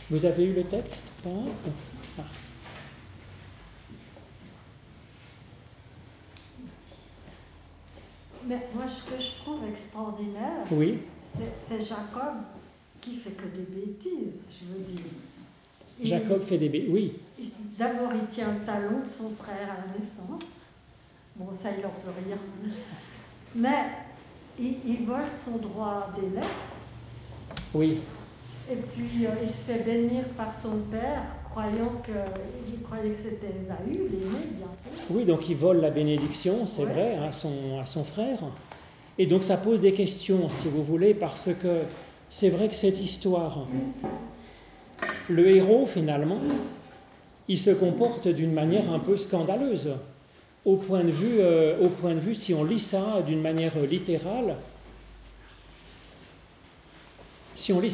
Vous avez eu le texte? Pas? Ah. Mais moi, ce que je trouve extraordinaire, Oui. c'est Jacob qui fait que des bêtises, je veux dire. Jacob fait des bêtises, oui. D'abord, il tient le talon de son frère à la naissance. Bon, ça, il en peut rien. Mais il vole son droit d'aînesse. Oui. Et puis, il se fait bénir par son père, il croyait que c'était Ésaü, l'aîné, bien sûr. Oui, donc il vole la bénédiction, c'est vrai, à son frère. Et donc ça pose des questions, si vous voulez, parce que c'est vrai que cette histoire, le héros, finalement, il se comporte d'une manière un peu scandaleuse. Au point de vue, si on lit ça d'une manière littérale, si on lit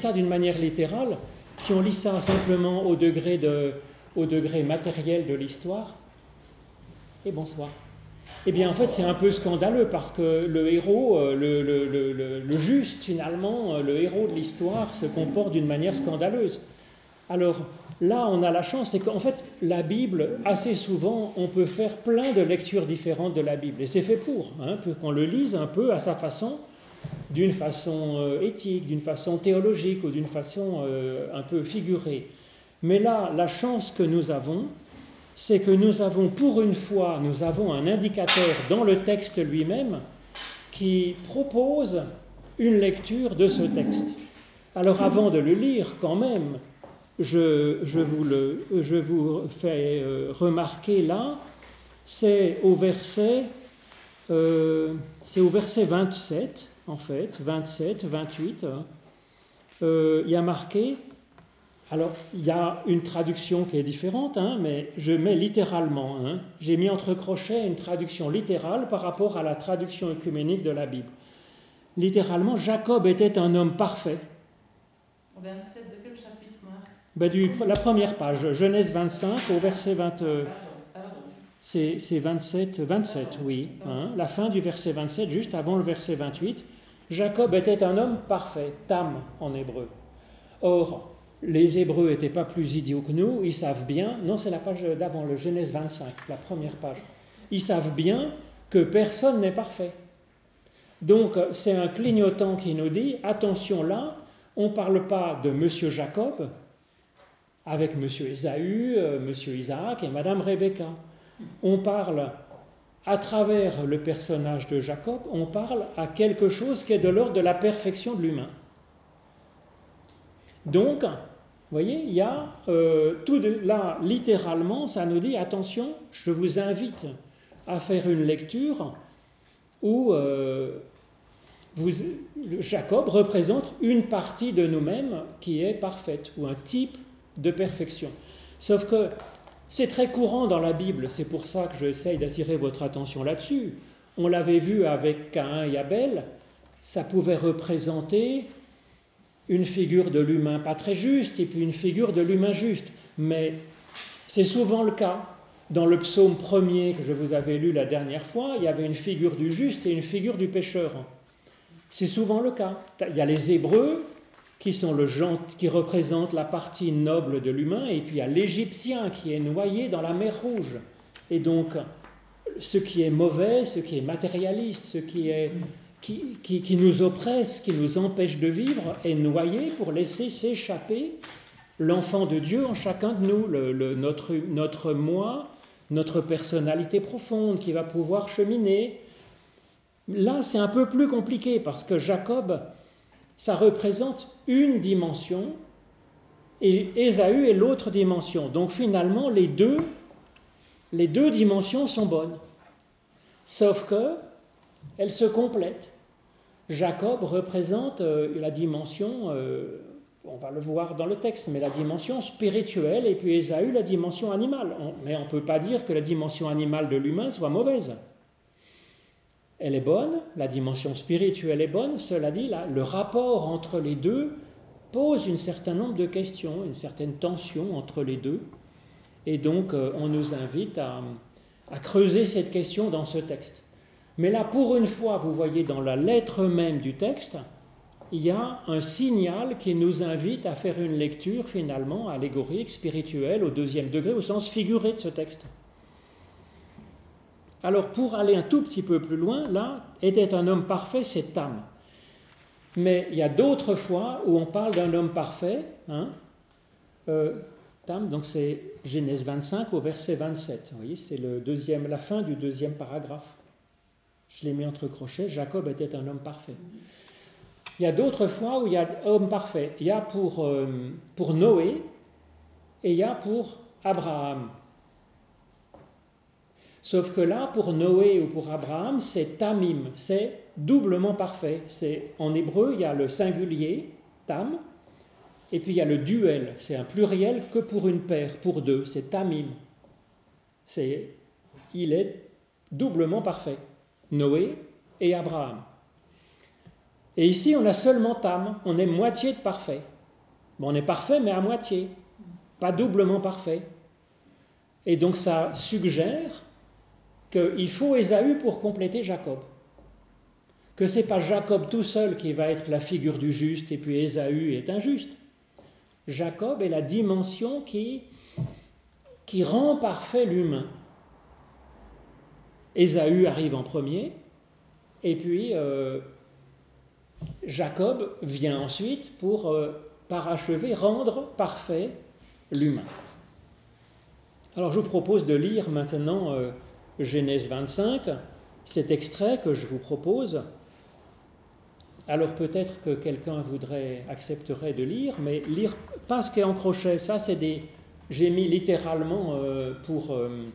ça simplement au degré matériel de l'histoire, et bonsoir. Eh bien, en fait, c'est un peu scandaleux parce que le héros, le juste, finalement, le héros de l'histoire se comporte d'une manière scandaleuse. Alors, là, on a la chance, c'est qu'en fait, la Bible, assez souvent, on peut faire plein de lectures différentes de la Bible. Et c'est fait pour qu'on le lise un peu à sa façon, d'une façon éthique, d'une façon théologique ou d'une façon un peu figurée. Mais là, la chance que nous avons, c'est que nous avons, pour une fois, nous avons un indicateur dans le texte lui-même qui propose une lecture de ce texte. Alors avant de le lire, quand même, je vous fais remarquer là, c'est au verset 27, en fait, 27, 28, il y a marqué. Alors, il y a une traduction qui est différente, mais je mets littéralement. J'ai mis entre crochets une traduction littérale par rapport à la traduction œcuménique de la Bible. Littéralement, Jacob était un homme parfait. 27, de quel chapitre, Marc? La première page, Genèse 25 au verset 20. C'est 27, oui. La fin du verset 27, juste avant le verset 28. Jacob était un homme parfait, tam en hébreu. Or, les Hébreux n'étaient pas plus idiots que nous, ils savent bien, non c'est la page d'avant, le Genèse 25, la première page, ils savent bien que personne n'est parfait. Donc c'est un clignotant qui nous dit, attention là, on ne parle pas de Monsieur Jacob, avec Monsieur Ésaü, Monsieur Isaac et Madame Rebecca. On parle, à travers le personnage de Jacob, on parle à quelque chose qui est de l'ordre de la perfection de l'humain. Donc, vous voyez, il y a là, littéralement, ça nous dit, attention, je vous invite à faire une lecture où Jacob représente une partie de nous-mêmes qui est parfaite, ou un type de perfection. Sauf que c'est très courant dans la Bible, c'est pour ça que j'essaye d'attirer votre attention là-dessus. On l'avait vu avec Caïn et Abel, ça pouvait représenter une figure de l'humain pas très juste et puis une figure de l'humain juste. Mais c'est souvent le cas. Dans le psaume 1er que je vous avais lu la dernière fois, il y avait une figure du juste et une figure du pécheur. C'est souvent le cas. Il y a les Hébreux qui représentent la partie noble de l'humain, et puis il y a l'Égyptien qui est noyé dans la mer Rouge. Et donc, ce qui est mauvais, ce qui est matérialiste, ce qui nous oppresse, qui nous empêche de vivre, est noyé pour laisser s'échapper l'enfant de Dieu en chacun de nous, notre moi, notre personnalité profonde qui va pouvoir cheminer. Là, c'est un peu plus compliqué parce que Jacob, ça représente une dimension et Ésaü est l'autre dimension. Donc finalement, les deux dimensions sont bonnes. Sauf que elles se complètent. Jacob représente la dimension, on va le voir dans le texte, mais la dimension spirituelle, et puis Ésaü la dimension animale. Mais on ne peut pas dire que la dimension animale de l'humain soit mauvaise. Elle est bonne, la dimension spirituelle est bonne, cela dit, là, le rapport entre les deux pose un certain nombre de questions, une certaine tension entre les deux, et donc on nous invite à creuser cette question dans ce texte. Mais là, pour une fois, vous voyez dans la lettre même du texte, il y a un signal qui nous invite à faire une lecture finalement allégorique, spirituelle, au deuxième degré, au sens figuré de ce texte. Alors pour aller un tout petit peu plus loin, là, était un homme parfait, c'est Tam. Mais il y a d'autres fois où on parle d'un homme parfait, Tam, donc c'est Genèse 25 au verset 27. Vous voyez, c'est la fin du deuxième paragraphe. Je l'ai mis entre crochets, Jacob était un homme parfait. Il y a d'autres fois où il y a homme parfait. Il y a pour Noé et il y a pour Abraham. Sauf que là, pour Noé ou pour Abraham, c'est Tamim, c'est doublement parfait. En hébreu, il y a le singulier, Tam, et puis il y a le duel, c'est un pluriel que pour une paire, pour deux, c'est Tamim. Il est doublement parfait, Noé et Abraham. Et ici, on a seulement Tam, on est moitié de parfait. Bon, on est parfait, mais à moitié, pas doublement parfait. Et donc ça suggère qu'il faut Ésaü pour compléter Jacob. Que ce n'est pas Jacob tout seul qui va être la figure du juste et puis Ésaü est injuste. Jacob est la dimension qui rend parfait l'humain. Ésaü arrive en premier et puis Jacob vient ensuite pour parachever, rendre parfait l'humain. Alors je vous propose de lire maintenant Genèse 25, cet extrait que je vous propose. Alors peut-être que quelqu'un accepterait de lire, mais lire pas ce qui est en crochet, ça c'est j'ai mis littéralement pour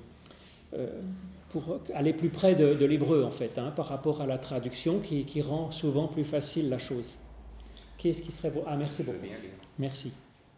aller plus près de l'hébreu en fait, par rapport à la traduction qui rend souvent plus facile la chose. Qu'est-ce qui serait... Ah, merci beaucoup. Merci.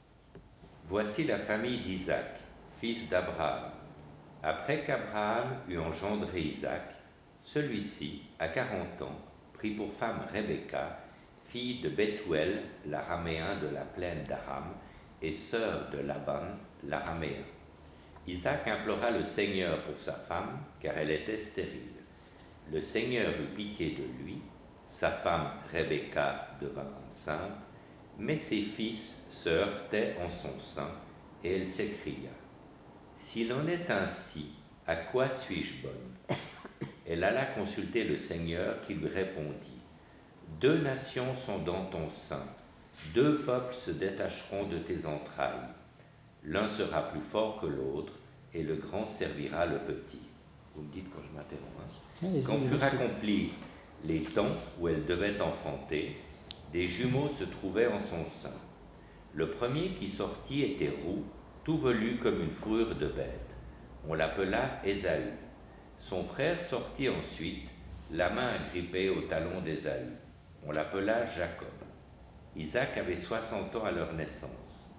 Voici la famille d'Isaac, fils d'Abraham. Après qu'Abraham eut engendré Isaac, celui-ci, à 40 ans, prit pour femme Rebecca, fille de Bethuel, l'araméen de la plaine d'Aram, et sœur de Laban, l'araméen. Isaac implora le Seigneur pour sa femme, car elle était stérile. Le Seigneur eut pitié de lui, sa femme Rebecca devint enceinte, mais ses fils se heurtaient en son sein, et elle s'écria : « S'il en est ainsi, à quoi suis-je bonne ?» Elle alla consulter le Seigneur qui lui répondit : « 2 nations sont dans ton sein, 2 peuples se détacheront de tes entrailles. L'un sera plus fort que l'autre, et le grand servira le petit. » Vous me dites quand je m'interromps. Quand furent accomplis les temps où elle devait enfanter, des jumeaux se trouvaient en son sein. Le premier qui sortit était roux, tout velu comme une fourrure de bête. On l'appela Ésaü. Son frère sortit ensuite, la main agrippée au talon d'Ésaü. On l'appela Jacob. Isaac avait 60 ans à leur naissance.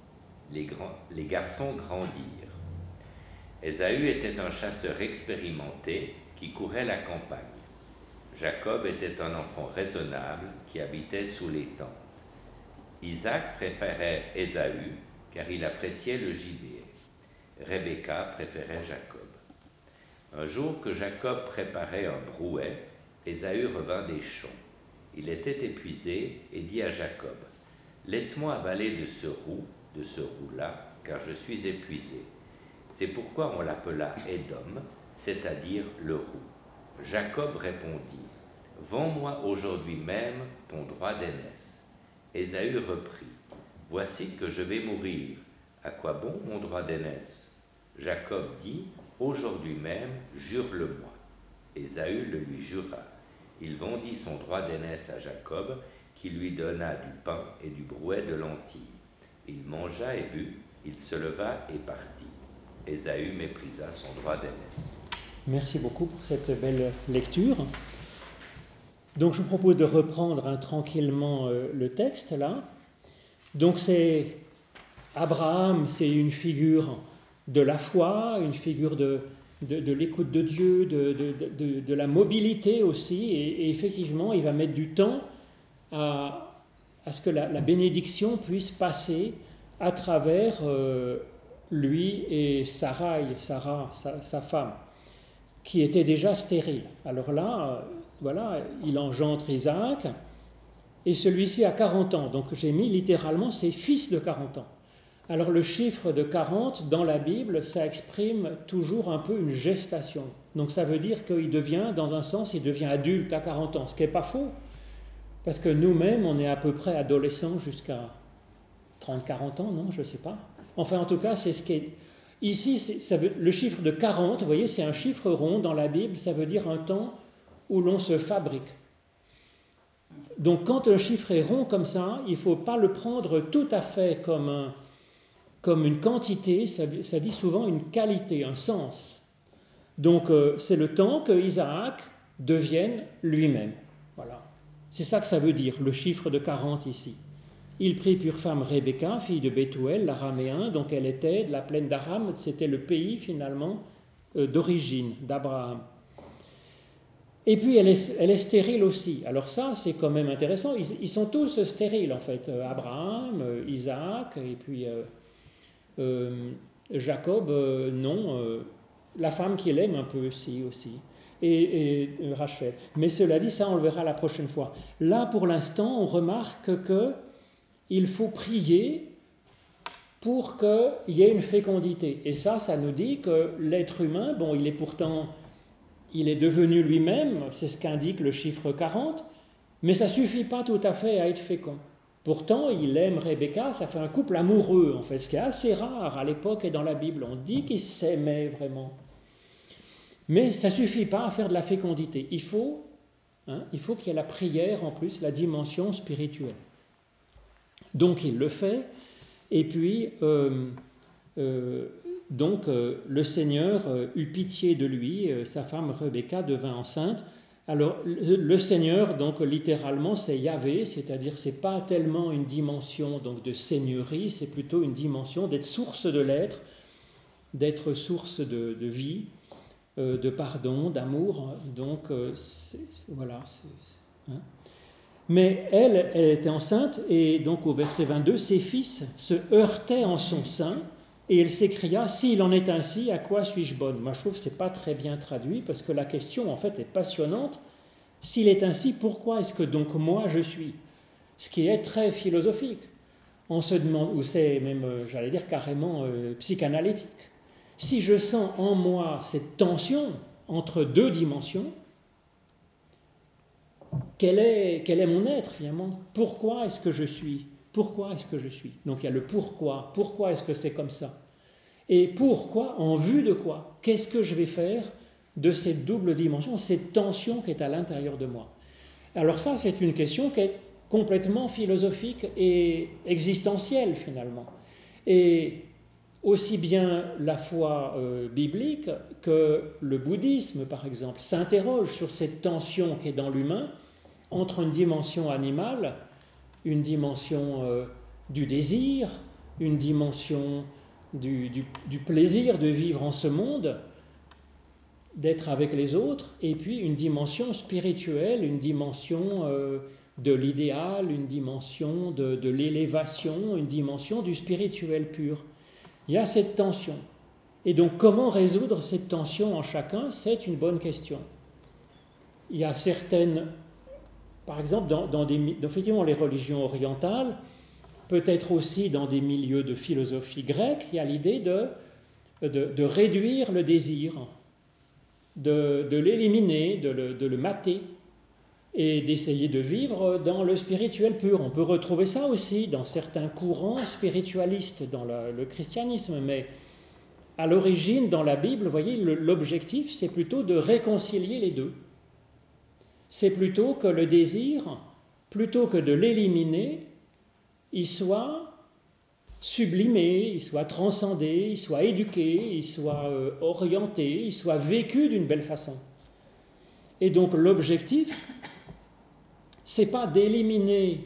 Les garçons grandirent. Ésaü était un chasseur expérimenté qui courait la campagne. Jacob était un enfant raisonnable qui habitait sous les tentes. Isaac préférait Ésaü car il appréciait le gibier. Rebecca préférait Jacob. Un jour que Jacob préparait un brouet, Ésaü revint des champs. Il était épuisé et dit à Jacob : « Laisse-moi avaler de ce roux-là, car je suis épuisé. » C'est pourquoi on l'appela Édom, c'est-à-dire le roux. Jacob répondit : « Vends-moi aujourd'hui même ton droit d'aînesse. » Ésaü reprit : « Voici que je vais mourir. À quoi bon mon droit d'aînesse ? » Jacob dit : « Aujourd'hui même, jure-le-moi. » Ésaü le lui jura. Il vendit son droit d'aînesse à Jacob, qui lui donna du pain et du brouet de lentilles. Il mangea et but, il se leva et partit. Ésaü méprisa son droit d'aînesse. Merci beaucoup pour cette belle lecture. Donc je vous propose de reprendre tranquillement le texte là. Donc c'est Abraham, c'est une figure de la foi, une figure de l'écoute de Dieu, de la mobilité aussi, et effectivement il va mettre du temps à ce que la bénédiction puisse passer à travers lui et Sarah, sa femme, qui était déjà stérile. Alors là, voilà, il engendre Isaac, et celui-ci a 40 ans. Donc j'ai mis littéralement ses fils de 40 ans. Alors le chiffre de 40 dans la Bible, ça exprime toujours un peu une gestation. Donc ça veut dire qu'il devient, dans un sens, il devient adulte à 40 ans, ce qui n'est pas faux, parce que nous-mêmes, on est à peu près adolescents jusqu'à 30-40 ans, non, je ne sais pas. Enfin, en tout cas, c'est ce qui est... Ici, le chiffre de 40, vous voyez, c'est un chiffre rond dans la Bible, ça veut dire un temps où l'on se fabrique. Donc quand un chiffre est rond comme ça, il ne faut pas le prendre tout à fait comme une quantité, ça dit souvent une qualité, un sens. Donc c'est le temps que Isaac devienne lui-même. Voilà. C'est ça que ça veut dire, le chiffre de 40 ici. Il prit pour femme Rebecca, fille de Bethuel, l'araméen, donc elle était de la plaine d'Aram, c'était le pays finalement d'origine d'Abraham. Et puis elle est stérile aussi. Alors ça, c'est quand même intéressant. Ils sont tous stériles en fait. Abraham, Isaac, et puis Jacob, non. La femme qu'il aime un peu aussi. Et Rachel. Mais cela dit, ça on le verra la prochaine fois. Là, pour l'instant, on remarque qu'il faut prier pour qu'il y ait une fécondité. Et ça nous dit que l'être humain, bon, il est devenu lui-même, c'est ce qu'indique le chiffre 40, mais ça ne suffit pas tout à fait à être fécond. Pourtant, il aime Rebecca, ça fait un couple amoureux, en fait, ce qui est assez rare à l'époque et dans la Bible. On dit qu'ils s'aimaient vraiment. Mais ça ne suffit pas à faire de la fécondité. Il faut qu'il y ait la prière en plus, la dimension spirituelle. Donc il le fait, et puis le Seigneur eut pitié de lui, sa femme Rebecca devint enceinte. Alors le Seigneur, donc littéralement, c'est Yahvé, c'est-à-dire c'est pas tellement une dimension donc de seigneurie, c'est plutôt une dimension d'être source de l'être, d'être source de vie, de pardon, d'amour. Donc voilà. Mais elle était enceinte, et donc au verset 22, ses fils se heurtaient en son sein, et elle s'écria, s'il en est ainsi, à quoi suis-je bonne? Moi je trouve que ce n'est pas très bien traduit, parce que la question en fait est passionnante. S'il est ainsi, pourquoi est-ce que donc moi je suis? Ce qui est très philosophique. On se demande, ou c'est même, j'allais dire carrément psychanalytique. Si je sens en moi cette tension entre deux dimensions, quel est mon être finalement? Pourquoi est-ce que je suis? Pourquoi est-ce que je suis? Donc il y a le pourquoi. Pourquoi est-ce que c'est comme ça? Et pourquoi? En vue de quoi? Qu'est-ce que je vais faire de cette double dimension, cette tension qui est à l'intérieur de moi? Alors ça, c'est une question qui est complètement philosophique et existentielle finalement. Et aussi bien la foi biblique que le bouddhisme, par exemple, s'interroge sur cette tension qui est dans l'humain entre une dimension animale, une dimension du désir, une dimension du plaisir de vivre en ce monde, d'être avec les autres, et puis une dimension spirituelle, une dimension de l'idéal, une dimension de l'élévation, une dimension du spirituel pur. Il y a cette tension. Et donc comment résoudre cette tension en chacun? C'est une bonne question. Il y a certaines... Par exemple, effectivement, les religions orientales, peut-être aussi dans des milieux de philosophie grecque, il y a l'idée de réduire le désir, de l'éliminer, de le mater, et d'essayer de vivre dans le spirituel pur. On peut retrouver ça aussi dans certains courants spiritualistes, dans le christianisme, mais à l'origine, dans la Bible, vous voyez, l'objectif, c'est plutôt de réconcilier les deux. C'est plutôt que le désir, plutôt que de l'éliminer, il soit sublimé, il soit transcendé, il soit éduqué, il soit orienté, il soit vécu d'une belle façon. Et donc l'objectif, c'est pas d'éliminer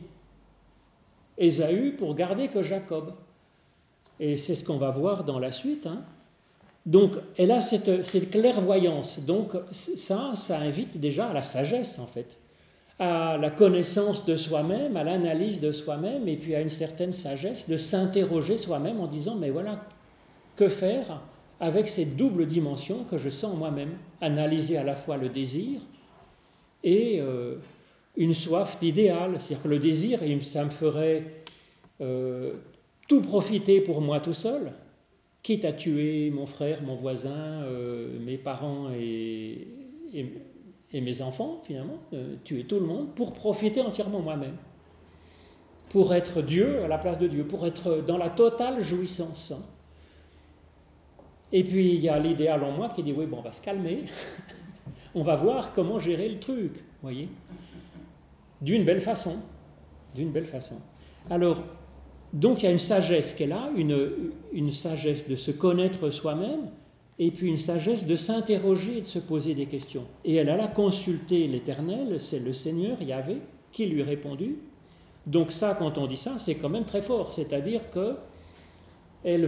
Ésaü pour garder que Jacob. Et c'est ce qu'on va voir dans la suite. Donc, elle a cette clairvoyance. Donc, ça invite déjà à la sagesse, en fait, à la connaissance de soi-même, à l'analyse de soi-même, et puis à une certaine sagesse de s'interroger soi-même en disant, mais voilà, que faire avec cette double dimension que je sens en moi-même? Analyser à la fois le désir et une soif d'idéal. C'est-à-dire que le désir, ça me ferait tout profiter pour moi tout seul, quitte à tuer mon frère, mon voisin, mes parents et mes enfants, finalement, tuer tout le monde pour profiter entièrement moi-même, pour être Dieu à la place de Dieu, pour être dans la totale jouissance. Et puis il y a l'idéal en moi qui dit oui, bon, on va se calmer, on va voir comment gérer le truc, voyez, d'une belle façon. Alors, donc il y a une sagesse qui est là, une sagesse de se connaître soi-même, et puis une sagesse de s'interroger et de se poser des questions. Et elle alla consulter l'Éternel, c'est le Seigneur, Yahvé, qui lui répondit. Donc ça, quand on dit ça, c'est quand même très fort, c'est-à-dire qu'elle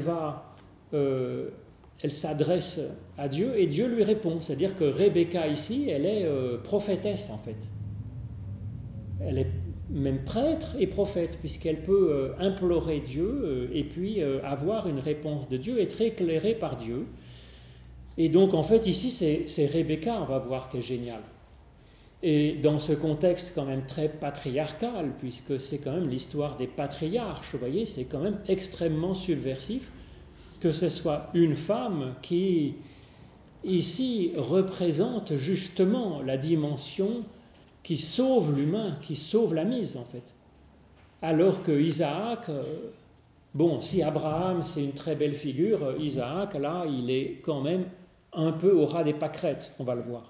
elle s'adresse à Dieu et Dieu lui répond. C'est-à-dire que Rebecca ici, elle est prophétesse en fait. Elle est même prêtre et prophète, puisqu'elle peut implorer Dieu et puis avoir une réponse de Dieu, être éclairée par Dieu. Et donc en fait ici c'est Rebecca, on va voir, qui est génial. Et dans ce contexte quand même très patriarcal, puisque c'est quand même l'histoire des patriarches, vous voyez, c'est quand même extrêmement subversif que ce soit une femme qui ici représente justement la dimension qui sauve l'humain, qui sauve la mise en fait. Alors que Isaac, bon, si Abraham c'est une très belle figure, Isaac là il est quand même un peu au ras des pâquerettes, on va le voir.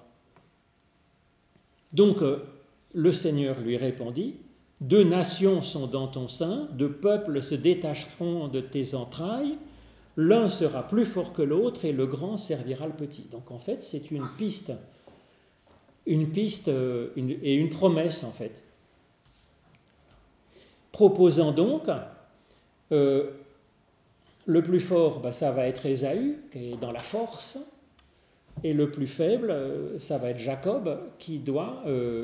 Donc le Seigneur lui répondit, 2 nations sont dans ton sein, 2 peuples se détacheront de tes entrailles, l'un sera plus fort que l'autre et le grand servira le petit. Donc en fait c'est une piste et une promesse en fait. Proposant donc, le plus fort, ça va être Ésaü, qui est dans la force, et le plus faible, ça va être Jacob, qui doit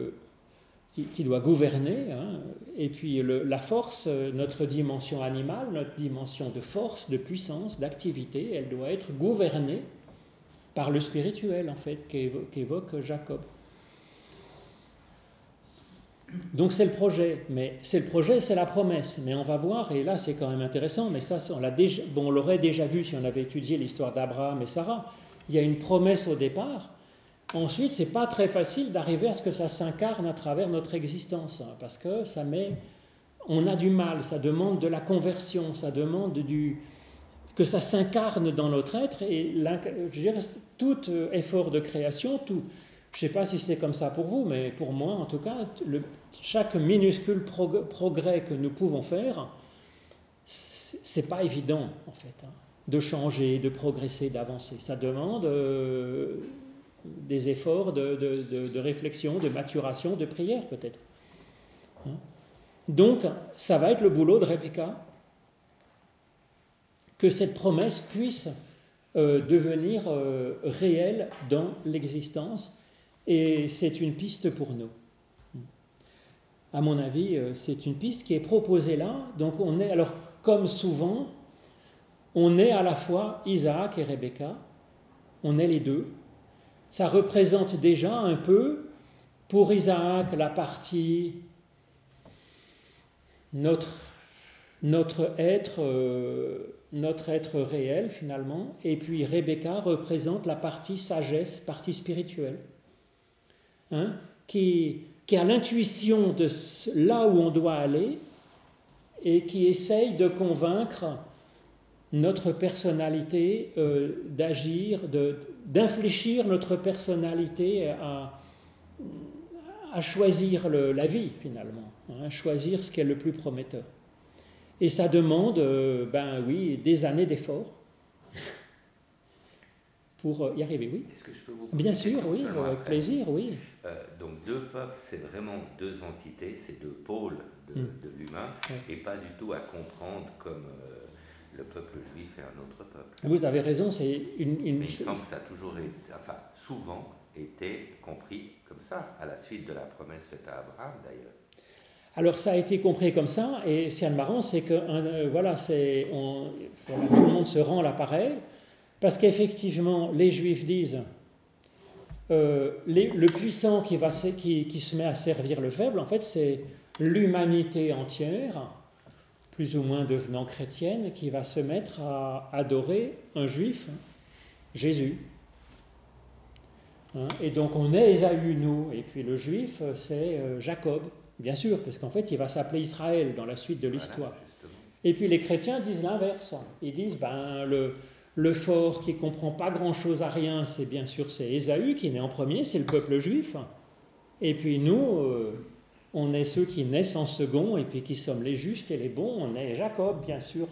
gouverner. Hein. Et puis la force, notre dimension animale, notre dimension de force, de puissance, d'activité, elle doit être gouvernée par le spirituel, en fait, qu'évoque Jacob. Donc c'est le projet, c'est la promesse, mais on va voir, et là c'est quand même intéressant, mais ça on l'aurait déjà vu si on avait étudié l'histoire d'Abraham et Sarah. Il y a une promesse au départ, ensuite c'est pas très facile d'arriver à ce que ça s'incarne à travers notre existence, hein, parce que on a du mal, ça demande de la conversion, ça demande que ça s'incarne dans notre être, et je dirais, tout effort de création, je ne sais pas si c'est comme ça pour vous, mais pour moi en tout cas, chaque minuscule progrès que nous pouvons faire, c'est pas évident en fait, hein, de changer, de progresser, d'avancer. Ça demande des efforts de réflexion, de maturation, de prière peut-être. Hein. Donc ça va être le boulot de Rebecca, que cette promesse puisse devenir réelle dans l'existence, et c'est une piste pour nous. À mon avis, c'est une piste qui est proposée là. Donc on est, alors comme souvent, on est à la fois Isaac et Rebecca, on est les deux. Ça représente déjà un peu, pour Isaac, la partie notre être réel finalement, et puis Rebecca représente la partie sagesse, partie spirituelle, hein, qui a l'intuition de là où on doit aller et qui essaye de convaincre notre personnalité d'agir, d'infléchir notre personnalité à choisir la vie finalement, hein, choisir ce qui est le plus prometteur. Et ça demande, des années d'efforts pour y arriver, oui. Est-ce que je peux vous poser Bien sûr, oui, avec plaisir, oui. Donc 2 peuples, c'est vraiment 2 entités, c'est 2 pôles de l'humain, et pas du tout à comprendre comme le peuple juif et un autre peuple. Vous avez raison, c'est une... Mais il semble que ça a toujours été, souvent été compris comme ça, à la suite de la promesse faite à Abraham d'ailleurs. Alors ça a été compris comme ça, et ce qui est marrant, c'est que tout le monde se rend là pareil, parce qu'effectivement, les Juifs disent le puissant qui se met à servir le faible, en fait, c'est l'humanité entière, plus ou moins devenant chrétienne, qui va se mettre à adorer un juif, Jésus. Hein, et donc on est Ésaü, nous, et puis le juif, c'est Jacob, bien sûr, parce qu'en fait, il va s'appeler Israël dans la suite de l'histoire. Voilà, et puis les chrétiens disent l'inverse. Ils disent, le fort qui ne comprend pas grand-chose à rien, c'est bien sûr c'est Ésaü qui naît en premier, c'est le peuple juif. Et puis nous, on est ceux qui naissent en second, et puis qui sommes les justes et les bons, on est Jacob, bien sûr.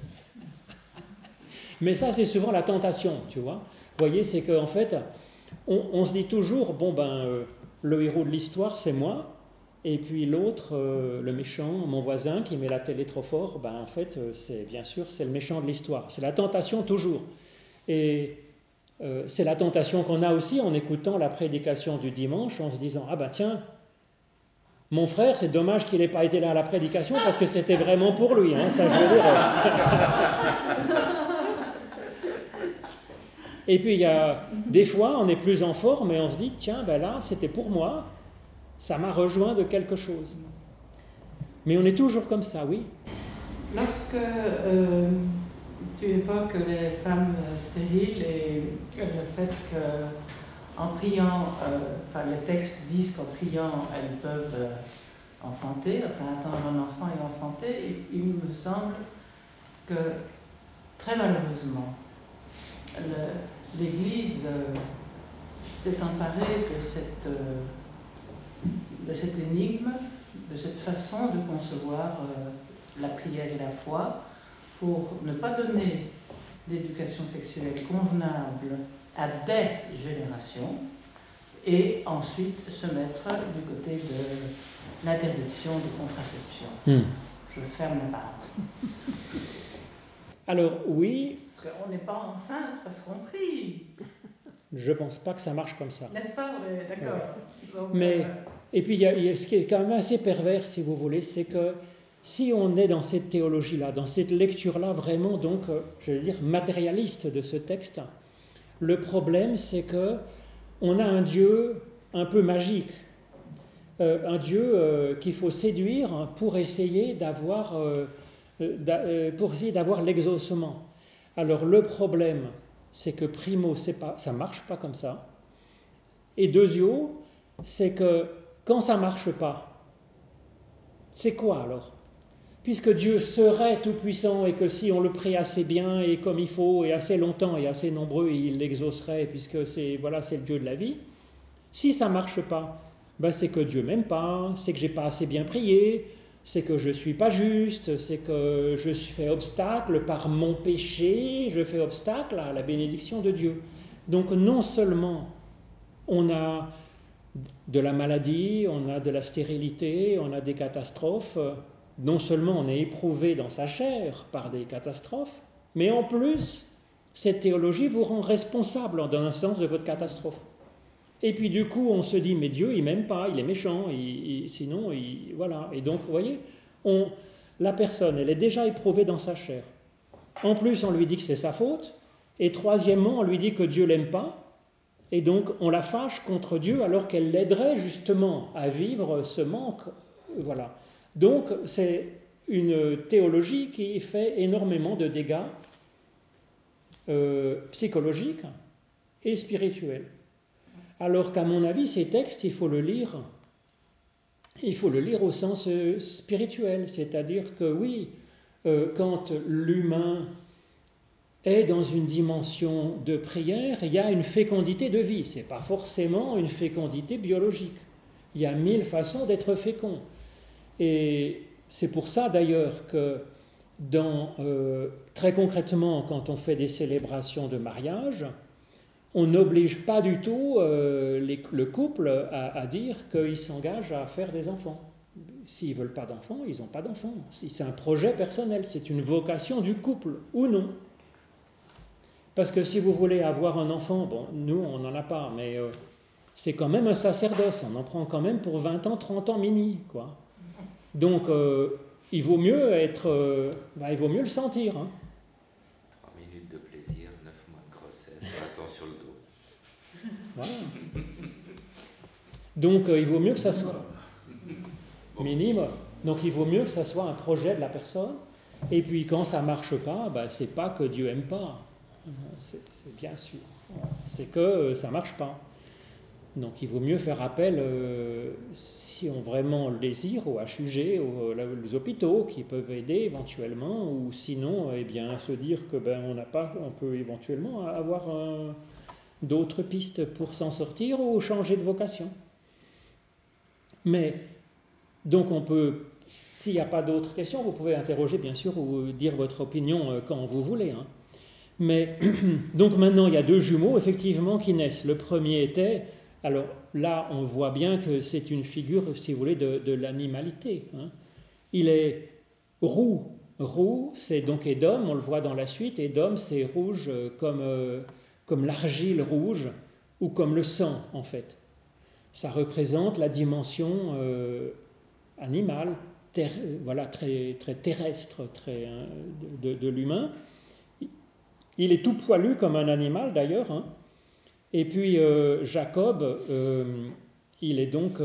Mais ça, c'est souvent la tentation, tu vois. Vous voyez, c'est qu'en fait, on se dit toujours, le héros de l'histoire, c'est moi, et puis l'autre, le méchant, mon voisin qui met la télé trop fort, en fait, c'est bien sûr, c'est le méchant de l'histoire. C'est la tentation toujours. Et c'est la tentation qu'on a aussi en écoutant la prédication du dimanche, en se disant, tiens, mon frère, c'est dommage qu'il n'ait pas été là à la prédication, parce que c'était vraiment pour lui, hein, ça je veux dire. Et puis il y a des fois, on est plus en forme et on se dit, tiens, là, c'était pour moi, ça m'a rejoint de quelque chose. Mais on est toujours comme ça, oui. Lorsque tu évoques les femmes stériles et le fait qu'en priant, les textes disent qu'en priant, elles peuvent enfanter, attendre un enfant et enfanter, il me semble que, très malheureusement, l'Église s'est emparée de cette énigme, de cette façon de concevoir la prière et la foi, pour ne pas donner d'éducation sexuelle convenable à des générations, et ensuite se mettre du côté de l'interdiction de contraception. Je ferme la parenthèse. Alors oui. Parce qu'on n'est pas enceinte parce qu'on prie. Je ne pense pas que ça marche comme ça. N'est-ce pas? D'accord. Ouais. Donc, et puis il y a ce qui est quand même assez pervers, si vous voulez, c'est que si on est dans cette théologie-là, dans cette lecture-là, vraiment, donc, je veux dire, matérialiste de ce texte, le problème, c'est que on a un Dieu un peu magique, un Dieu qu'il faut séduire pour essayer d'avoir l'exaucement. Alors le problème, c'est que primo, ça ne marche pas comme ça. Et deuxio, c'est que quand ça ne marche pas, c'est quoi alors? Puisque Dieu serait tout-puissant et que si on le prie assez bien et comme il faut et assez longtemps et assez nombreux, il l'exaucerait puisque c'est le Dieu de la vie. Si ça ne marche pas, c'est que Dieu ne m'aime pas, c'est que je n'ai pas assez bien prié, c'est que je ne suis pas juste, c'est que je fais obstacle par mon péché, je fais obstacle à la bénédiction de Dieu. Donc non seulement on a de la maladie, on a de la stérilité, on a des catastrophes, non seulement on est éprouvé dans sa chair par des catastrophes, mais en plus, cette théologie vous rend responsable dans un sens de votre catastrophe. Et puis du coup, on se dit, mais Dieu, il ne m'aime pas, il est méchant, sinon, voilà. Et donc, vous voyez, la personne, elle est déjà éprouvée dans sa chair. En plus, on lui dit que c'est sa faute. Et troisièmement, on lui dit que Dieu ne l'aime pas. Et donc, on la fâche contre Dieu alors qu'elle l'aiderait justement à vivre ce manque. Voilà. Donc, c'est une théologie qui fait énormément de dégâts psychologiques et spirituels. Alors qu'à mon avis, ces textes, il faut le lire au sens spirituel. C'est-à-dire que oui, quand l'humain est dans une dimension de prière, il y a une fécondité de vie. Ce n'est pas forcément une fécondité biologique. Il y a 1000 façons d'être fécond. Et c'est pour ça d'ailleurs que très concrètement, quand on fait des célébrations de mariage, on n'oblige pas du tout le couple à dire qu'ils s'engagent à faire des enfants. S'ils ne veulent pas d'enfants, ils n'ont pas d'enfants. C'est un projet personnel, c'est une vocation du couple, ou non. Parce que si vous voulez avoir un enfant, nous on n'en a pas, mais c'est quand même un sacerdoce, on en prend quand même pour 20 ans, 30 ans mini, quoi. Donc il vaut mieux le sentir, hein. 3 minutes de plaisir, 9 mois de grossesse, 20 ans sur le dos. Voilà. Donc il vaut mieux que ça soit minime. Donc il vaut mieux que ça soit un projet de la personne. Et puis quand ça ne marche pas, c'est pas que Dieu n'aime pas. C'est bien sûr. C'est que ça ne marche pas. Donc il vaut mieux faire appel, si on vraiment le désire, au HUG, aux hôpitaux qui peuvent aider éventuellement, ou sinon se dire que on peut éventuellement avoir d'autres pistes pour s'en sortir ou changer de vocation. Mais donc on peut, s'il n'y a pas d'autres questions, vous pouvez interroger bien sûr ou dire votre opinion quand vous voulez. Hein. Mais donc maintenant il y a 2 jumeaux effectivement qui naissent. Le premier était, alors là on voit bien que c'est une figure, si vous voulez, de l'animalité. Hein. Il est roux. Roux, c'est donc Édom, on le voit dans la suite. Édom, c'est rouge comme l'argile rouge ou comme le sang en fait. Ça représente la dimension animale, voilà, très, très terrestre de l'humain. Il est tout poilu comme un animal d'ailleurs. Hein. Et puis Jacob, il est donc,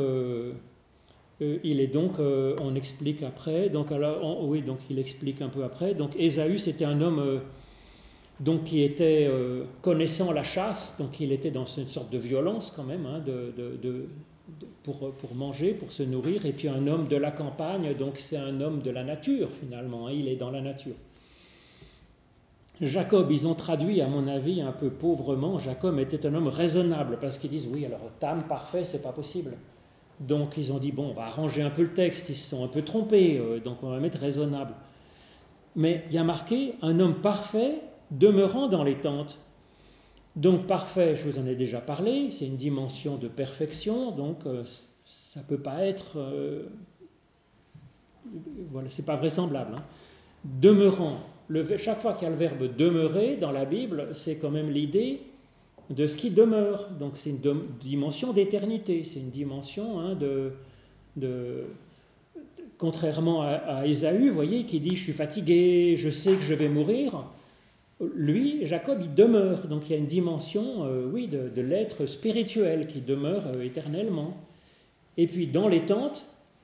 on explique après. Donc donc il explique un peu après. Donc Ésaü, c'était un homme donc qui était connaissant la chasse. Donc il était dans une sorte de violence quand même, hein, pour manger, pour se nourrir. Et puis un homme de la campagne. Donc c'est un homme de la nature finalement. Hein, il est dans la nature. Jacob, ils ont traduit, à mon avis, un peu pauvrement, Jacob était un homme raisonnable, parce qu'ils disent, oui, alors Tam, parfait, c'est pas possible. Donc ils ont dit, bon, on va arranger un peu le texte, ils se sont un peu trompés, donc on va mettre raisonnable. Mais il y a marqué, un homme parfait demeurant dans les tentes. Donc parfait, je vous en ai déjà parlé, c'est une dimension de perfection, donc ça peut pas être... voilà, c'est pas vraisemblable. Hein. Demeurant. Chaque fois qu'il y a le verbe demeurer dans la Bible, c'est quand même l'idée de ce qui demeure. Donc c'est une dimension d'éternité, c'est une dimension hein, contrairement à Ésaü, vous voyez, qui dit je suis fatigué, je sais que je vais mourir. Lui, Jacob, il demeure. Donc il y a une dimension, de l'être spirituel qui demeure éternellement. Et puis dans les tentes,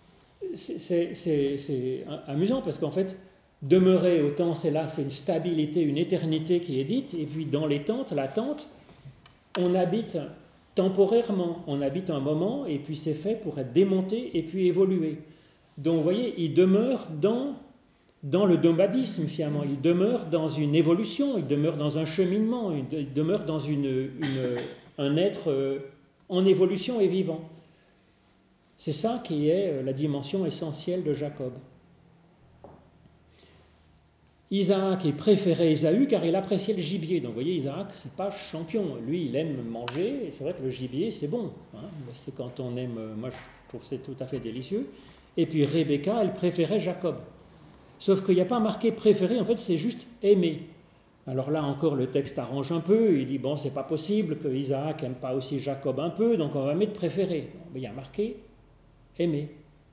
c'est amusant parce qu'en fait, demeurer autant, c'est une stabilité, une éternité qui est dite, et puis dans les tentes, la tente, on habite temporairement, on habite un moment, et puis c'est fait pour être démonté et puis évoluer. Donc vous voyez, il demeure dans le nomadisme finalement, il demeure dans une évolution, il demeure dans un cheminement, il demeure dans un être en évolution et vivant. C'est ça qui est la dimension essentielle de Jacob. Isaac, il préférait Ésaü car il appréciait le gibier. Donc vous voyez, Isaac, c'est pas champion. Lui, il aime manger, et c'est vrai que le gibier, c'est bon. Hein. C'est quand on aime, moi je trouve que c'est tout à fait délicieux. Et puis Rebecca, elle préférait Jacob. Sauf qu'il n'y a pas marqué préféré, en fait c'est juste aimer. Alors là encore, le texte arrange un peu, il dit bon, c'est pas possible que Isaac n'aime pas aussi Jacob un peu, donc on va mettre préféré. Mais il y a marqué aimer.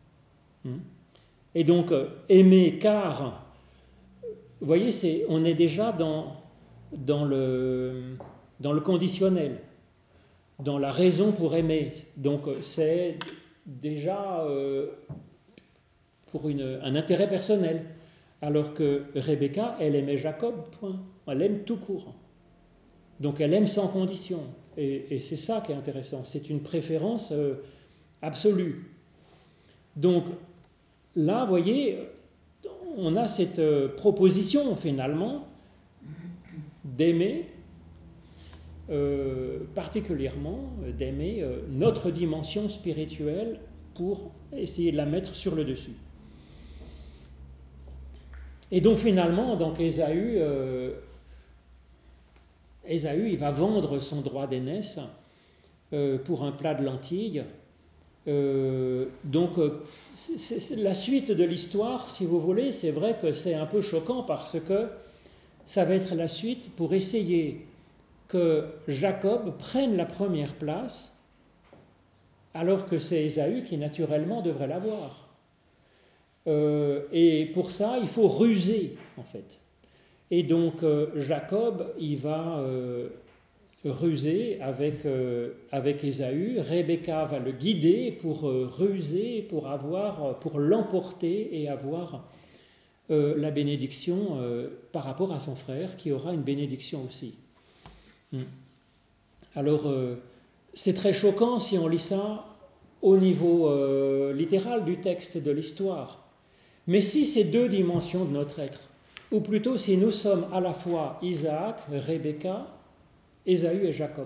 Et donc, aimer car... Vous voyez, on est déjà dans le conditionnel, dans la raison pour aimer. Donc c'est déjà pour un intérêt personnel. Alors que Rebecca, elle aimait Jacob, point. Elle aime tout court. Donc elle aime sans condition. Et c'est ça qui est intéressant. C'est une préférence absolue. Donc là, vous voyez... on a cette proposition finalement d'aimer, particulièrement d'aimer notre dimension spirituelle pour essayer de la mettre sur le dessus. Et donc finalement, Ésaü, il va vendre son droit d'aînesse pour un plat de lentilles. C'est la suite de l'histoire, si vous voulez, c'est vrai que c'est un peu choquant parce que ça va être la suite pour essayer que Jacob prenne la première place alors que c'est Ésaü qui naturellement devrait l'avoir. Et pour ça, il faut ruser en fait. Et donc Jacob, il va ruser avec Ésaü. Rebecca va le guider pour ruser, pour l'emporter et avoir la bénédiction par rapport à son frère, qui aura une bénédiction aussi. Alors, c'est très choquant si on lit ça au niveau littéral du texte, de l'histoire. Mais si ces deux dimensions de notre être, ou plutôt si nous sommes à la fois Isaac, Rebecca, Ésaü et Jacob,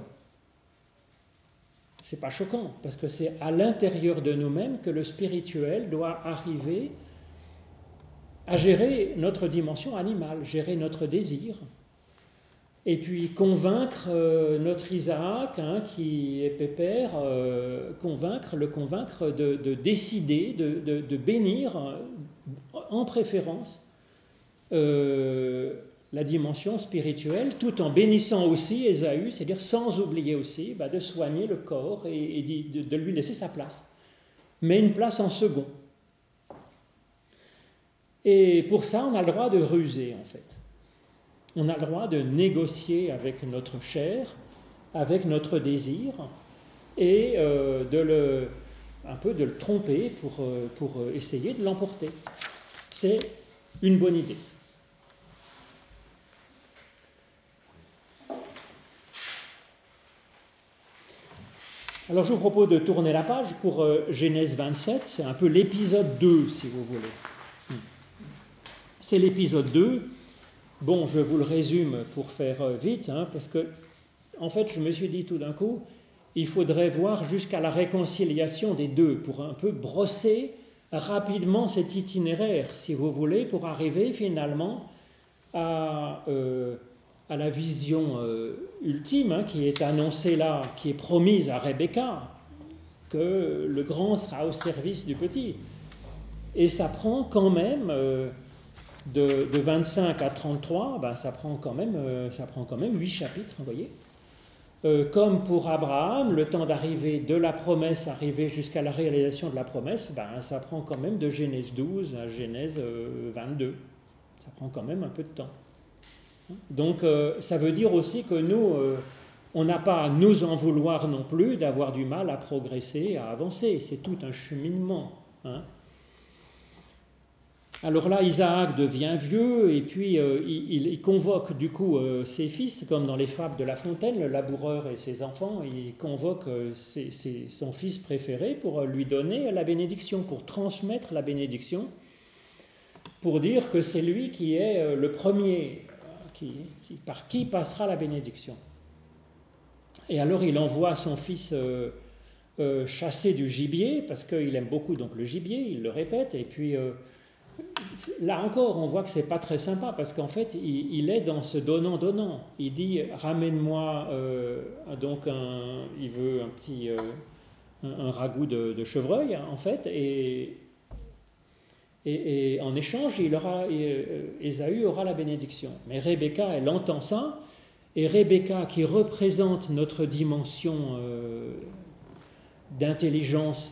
c'est pas choquant, parce que c'est à l'intérieur de nous-mêmes que le spirituel doit arriver à gérer notre dimension animale, gérer notre désir, et puis convaincre notre Isaac, qui est pépère, le convaincre de décider, de bénir en préférence la dimension spirituelle, tout en bénissant aussi Ésaü, c'est-à-dire sans oublier aussi de soigner le corps et de lui laisser sa place, mais une place en second. Et pour ça, on a le droit de ruser, en fait. On a le droit de négocier avec notre chair, avec notre désir, et un peu de le tromper pour essayer de l'emporter. C'est une bonne idée. Alors je vous propose de tourner la page pour Genèse 27, c'est un peu l'épisode 2, si vous voulez. C'est l'épisode 2. Bon, je vous le résume pour faire vite, parce que, en fait, je me suis dit tout d'un coup, il faudrait voir jusqu'à la réconciliation des deux, pour un peu brosser rapidement cet itinéraire, si vous voulez, pour arriver finalement à la vision ultime, qui est annoncée là, qui est promise à Rebecca, que le grand sera au service du petit. Et ça prend quand même... De 25 à 33, ça prend quand même 8 chapitres, vous voyez. Comme pour Abraham, le temps d'arriver de la promesse, arriver jusqu'à la réalisation de la promesse, ça prend quand même de Genèse 12 à Genèse 22. Ça prend quand même un peu de temps. Donc ça veut dire aussi que nous, on n'a pas à nous en vouloir non plus d'avoir du mal à progresser, à avancer. C'est tout un cheminement. Alors là, Isaac devient vieux et puis il convoque du coup ses fils, comme dans les fables de La Fontaine, le laboureur et ses enfants, il convoque son fils préféré pour lui donner la bénédiction, pour transmettre la bénédiction, pour dire que c'est lui qui est le premier, par qui passera la bénédiction. Et alors il envoie son fils chasser du gibier, parce qu'il aime beaucoup donc le gibier, il le répète, et puis... là encore, on voit que c'est pas très sympa parce qu'en fait, il est dans ce donnant-donnant. Il dit ramène-moi il veut un petit un ragoût de chevreuil en fait, et en échange, Ésaü aura la bénédiction. Mais Rebecca, elle entend ça, et Rebecca, qui représente notre dimension d'intelligence.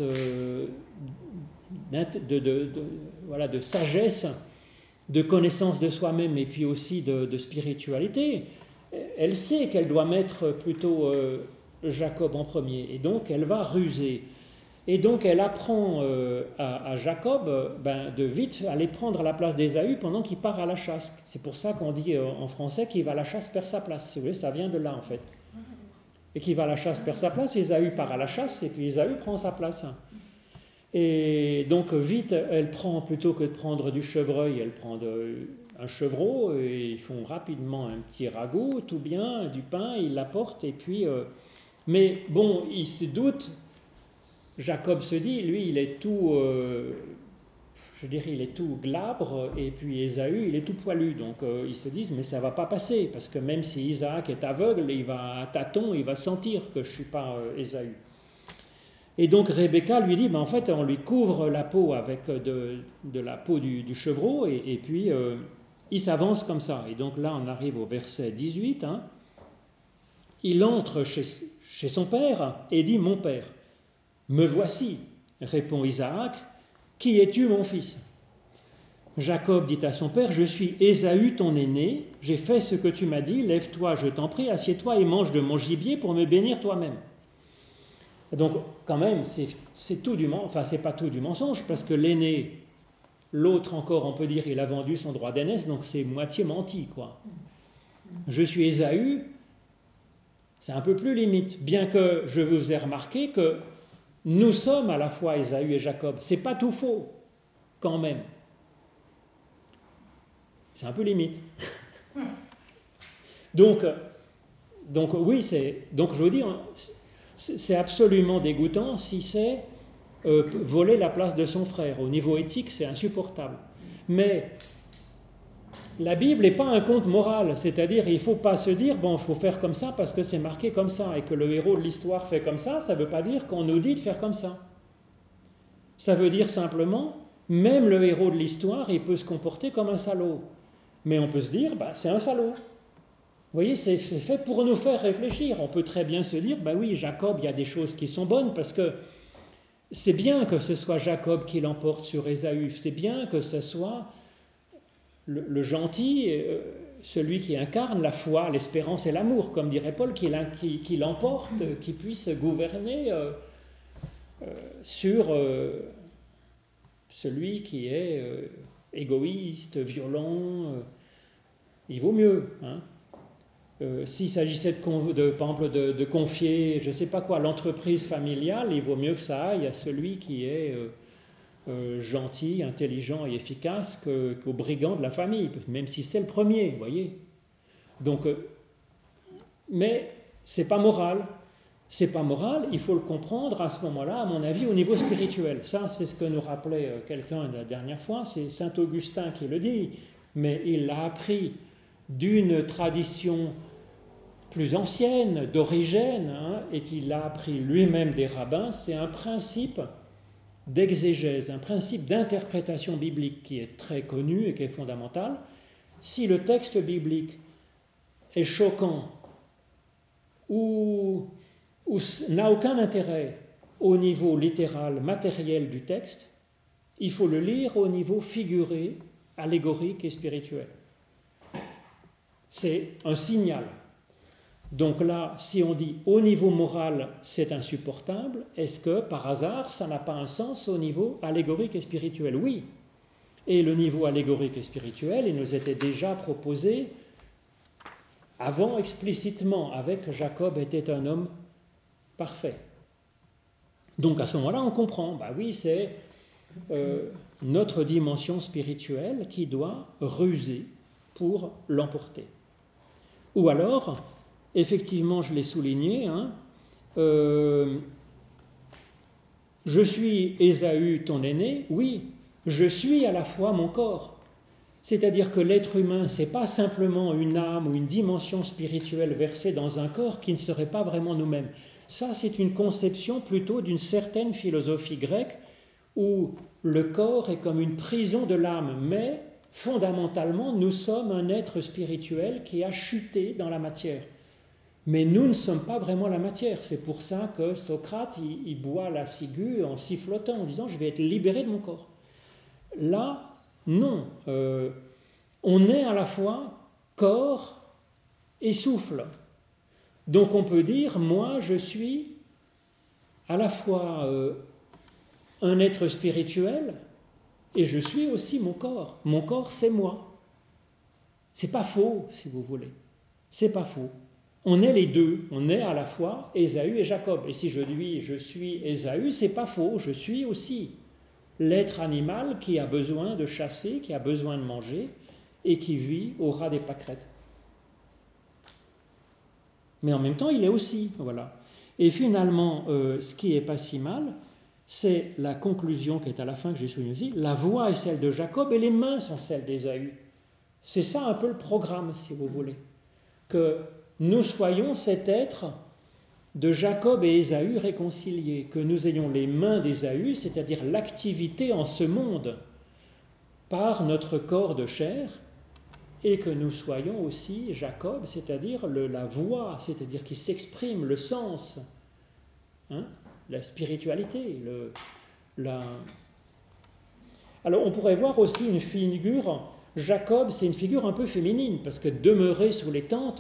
De sagesse, de connaissance de soi-même et puis aussi de spiritualité, elle sait qu'elle doit mettre plutôt Jacob en premier, et donc elle va ruser. Et donc elle apprend à Jacob de vite aller prendre la place d'Ésaü pendant qu'il part à la chasse. C'est pour ça qu'on dit en français qu'il va à la chasse perd sa place. Si vous voulez, ça vient de là en fait. Et qu'il va à la chasse perd sa place, Ésaü part à la chasse et puis Ésaü prend sa place. Et donc vite, elle prend, plutôt que de prendre du chevreuil, elle prend un chevreau, et ils font rapidement un petit ragoût, tout bien, du pain, ils l'apportent, et puis... mais bon, il se doute, Jacob se dit, lui, il est tout... il est tout glabre, et puis Ésaü, il est tout poilu, donc ils se disent, mais ça ne va pas passer, parce que même si Isaac est aveugle, il va à tâtons, il va sentir que je ne suis pas Ésaü. Et donc Rebecca lui dit, en fait, on lui couvre la peau avec de la peau du chevreau, et puis il s'avance comme ça. Et donc là, on arrive au verset 18. Il entre chez son père et dit, mon père, me voici, répond Isaac, qui es-tu, mon fils ? Jacob dit à son père, « Je suis Ésaü, ton aîné, j'ai fait ce que tu m'as dit, lève-toi, je t'en prie, assieds-toi et mange de mon gibier pour me bénir toi-même. » Donc, quand même, c'est tout du mensonge, enfin, c'est pas tout du mensonge, parce que l'aîné, l'autre encore, on peut dire, il a vendu son droit d'aînesse, donc c'est moitié menti, quoi. Je suis Ésaü, c'est un peu plus limite, bien que je vous ai remarqué que nous sommes à la fois Ésaü et Jacob. C'est pas tout faux, quand même. C'est un peu limite. Donc oui, donc je veux dire, c'est absolument dégoûtant si c'est voler la place de son frère. Au niveau éthique, c'est insupportable. Mais la Bible n'est pas un conte moral, c'est-à-dire il ne faut pas se dire, bon, il faut faire comme ça parce que c'est marqué comme ça, et que le héros de l'histoire fait comme ça ne veut pas dire qu'on nous dit de faire comme ça. Ça veut dire simplement, même le héros de l'histoire, il peut se comporter comme un salaud. Mais on peut se dire, bah, c'est un salaud. Vous voyez, c'est fait pour nous faire réfléchir. On peut très bien se dire, bah oui, Jacob, il y a des choses qui sont bonnes, parce que c'est bien que ce soit Jacob qui l'emporte sur Ésaü, c'est bien que ce soit le gentil, celui qui incarne la foi, l'espérance et l'amour, comme dirait Paul, qui l'emporte, qui puisse gouverner sur celui qui est égoïste, violent. Il vaut mieux. Hein. S'il s'agissait par exemple de confier, je ne sais pas quoi, l'entreprise familiale, il vaut mieux que ça aille à celui qui est gentil, intelligent et efficace qu'au brigand de la famille, même si c'est le premier, vous voyez. Donc, mais c'est pas moral. C'est pas moral, il faut le comprendre à ce moment-là, à mon avis, au niveau spirituel. Ça, c'est ce que nous rappelait quelqu'un la dernière fois, c'est saint Augustin qui le dit, mais il l'a appris d'une tradition plus ancienne, d'Origène, hein, et qu'il l'a appris lui-même des rabbins. C'est un principe d'exégèse, un principe d'interprétation biblique qui est très connu et qui est fondamental. Si le texte biblique est choquant ou n'a aucun intérêt au niveau littéral, matériel du texte, il faut le lire au niveau figuré, allégorique et spirituel. C'est un signal. Donc là, si on dit au niveau moral, c'est insupportable, est-ce que par hasard, ça n'a pas un sens au niveau allégorique et spirituel? Oui. Et le niveau allégorique et spirituel, il nous était déjà proposé avant explicitement, avec Jacob était un homme parfait. Donc à ce moment-là, on comprend, bah oui, c'est notre dimension spirituelle qui doit ruser pour l'emporter. Ou alors, effectivement, je l'ai souligné, hein, je suis Ésaü, ton aîné, oui, je suis à la fois mon corps. C'est-à-dire que l'être humain, ce n'est pas simplement une âme ou une dimension spirituelle versée dans un corps qui ne serait pas vraiment nous-mêmes. Ça, c'est une conception plutôt d'une certaine philosophie grecque où le corps est comme une prison de l'âme, mais fondamentalement, nous sommes un être spirituel qui a chuté dans la matière. Mais nous ne sommes pas vraiment la matière. C'est pour ça que Socrate, il boit la ciguë en sifflotant, en disant « je vais être libéré de mon corps ». Là, non. On est à la fois corps et souffle. Donc on peut dire, moi je suis à la fois un être spirituel et je suis aussi mon corps. Mon corps, c'est moi. C'est pas faux, si vous voulez. C'est pas faux. On est les deux. On est à la fois Ésaü et Jacob. Et si je dis je suis Ésaü, c'est pas faux. Je suis aussi l'être animal qui a besoin de chasser, qui a besoin de manger et qui vit au ras des pâquerettes. Mais en même temps, il est aussi, voilà. Et finalement, ce qui n'est pas si mal, c'est la conclusion qui est à la fin que j'ai soulignée aussi. La voix est celle de Jacob et les mains sont celles d'Ésaü. C'est ça un peu le programme, si vous voulez. Que nous soyons cet être de Jacob et Ésaü réconciliés, que nous ayons les mains d'Ésaü, c'est-à-dire l'activité en ce monde par notre corps de chair, et que nous soyons aussi Jacob, c'est-à-dire la voix, c'est-à-dire qui s'exprime, le sens, hein, la spiritualité, Alors on pourrait voir aussi une figure, Jacob, c'est une figure un peu féminine, parce que demeurer sous les tentes,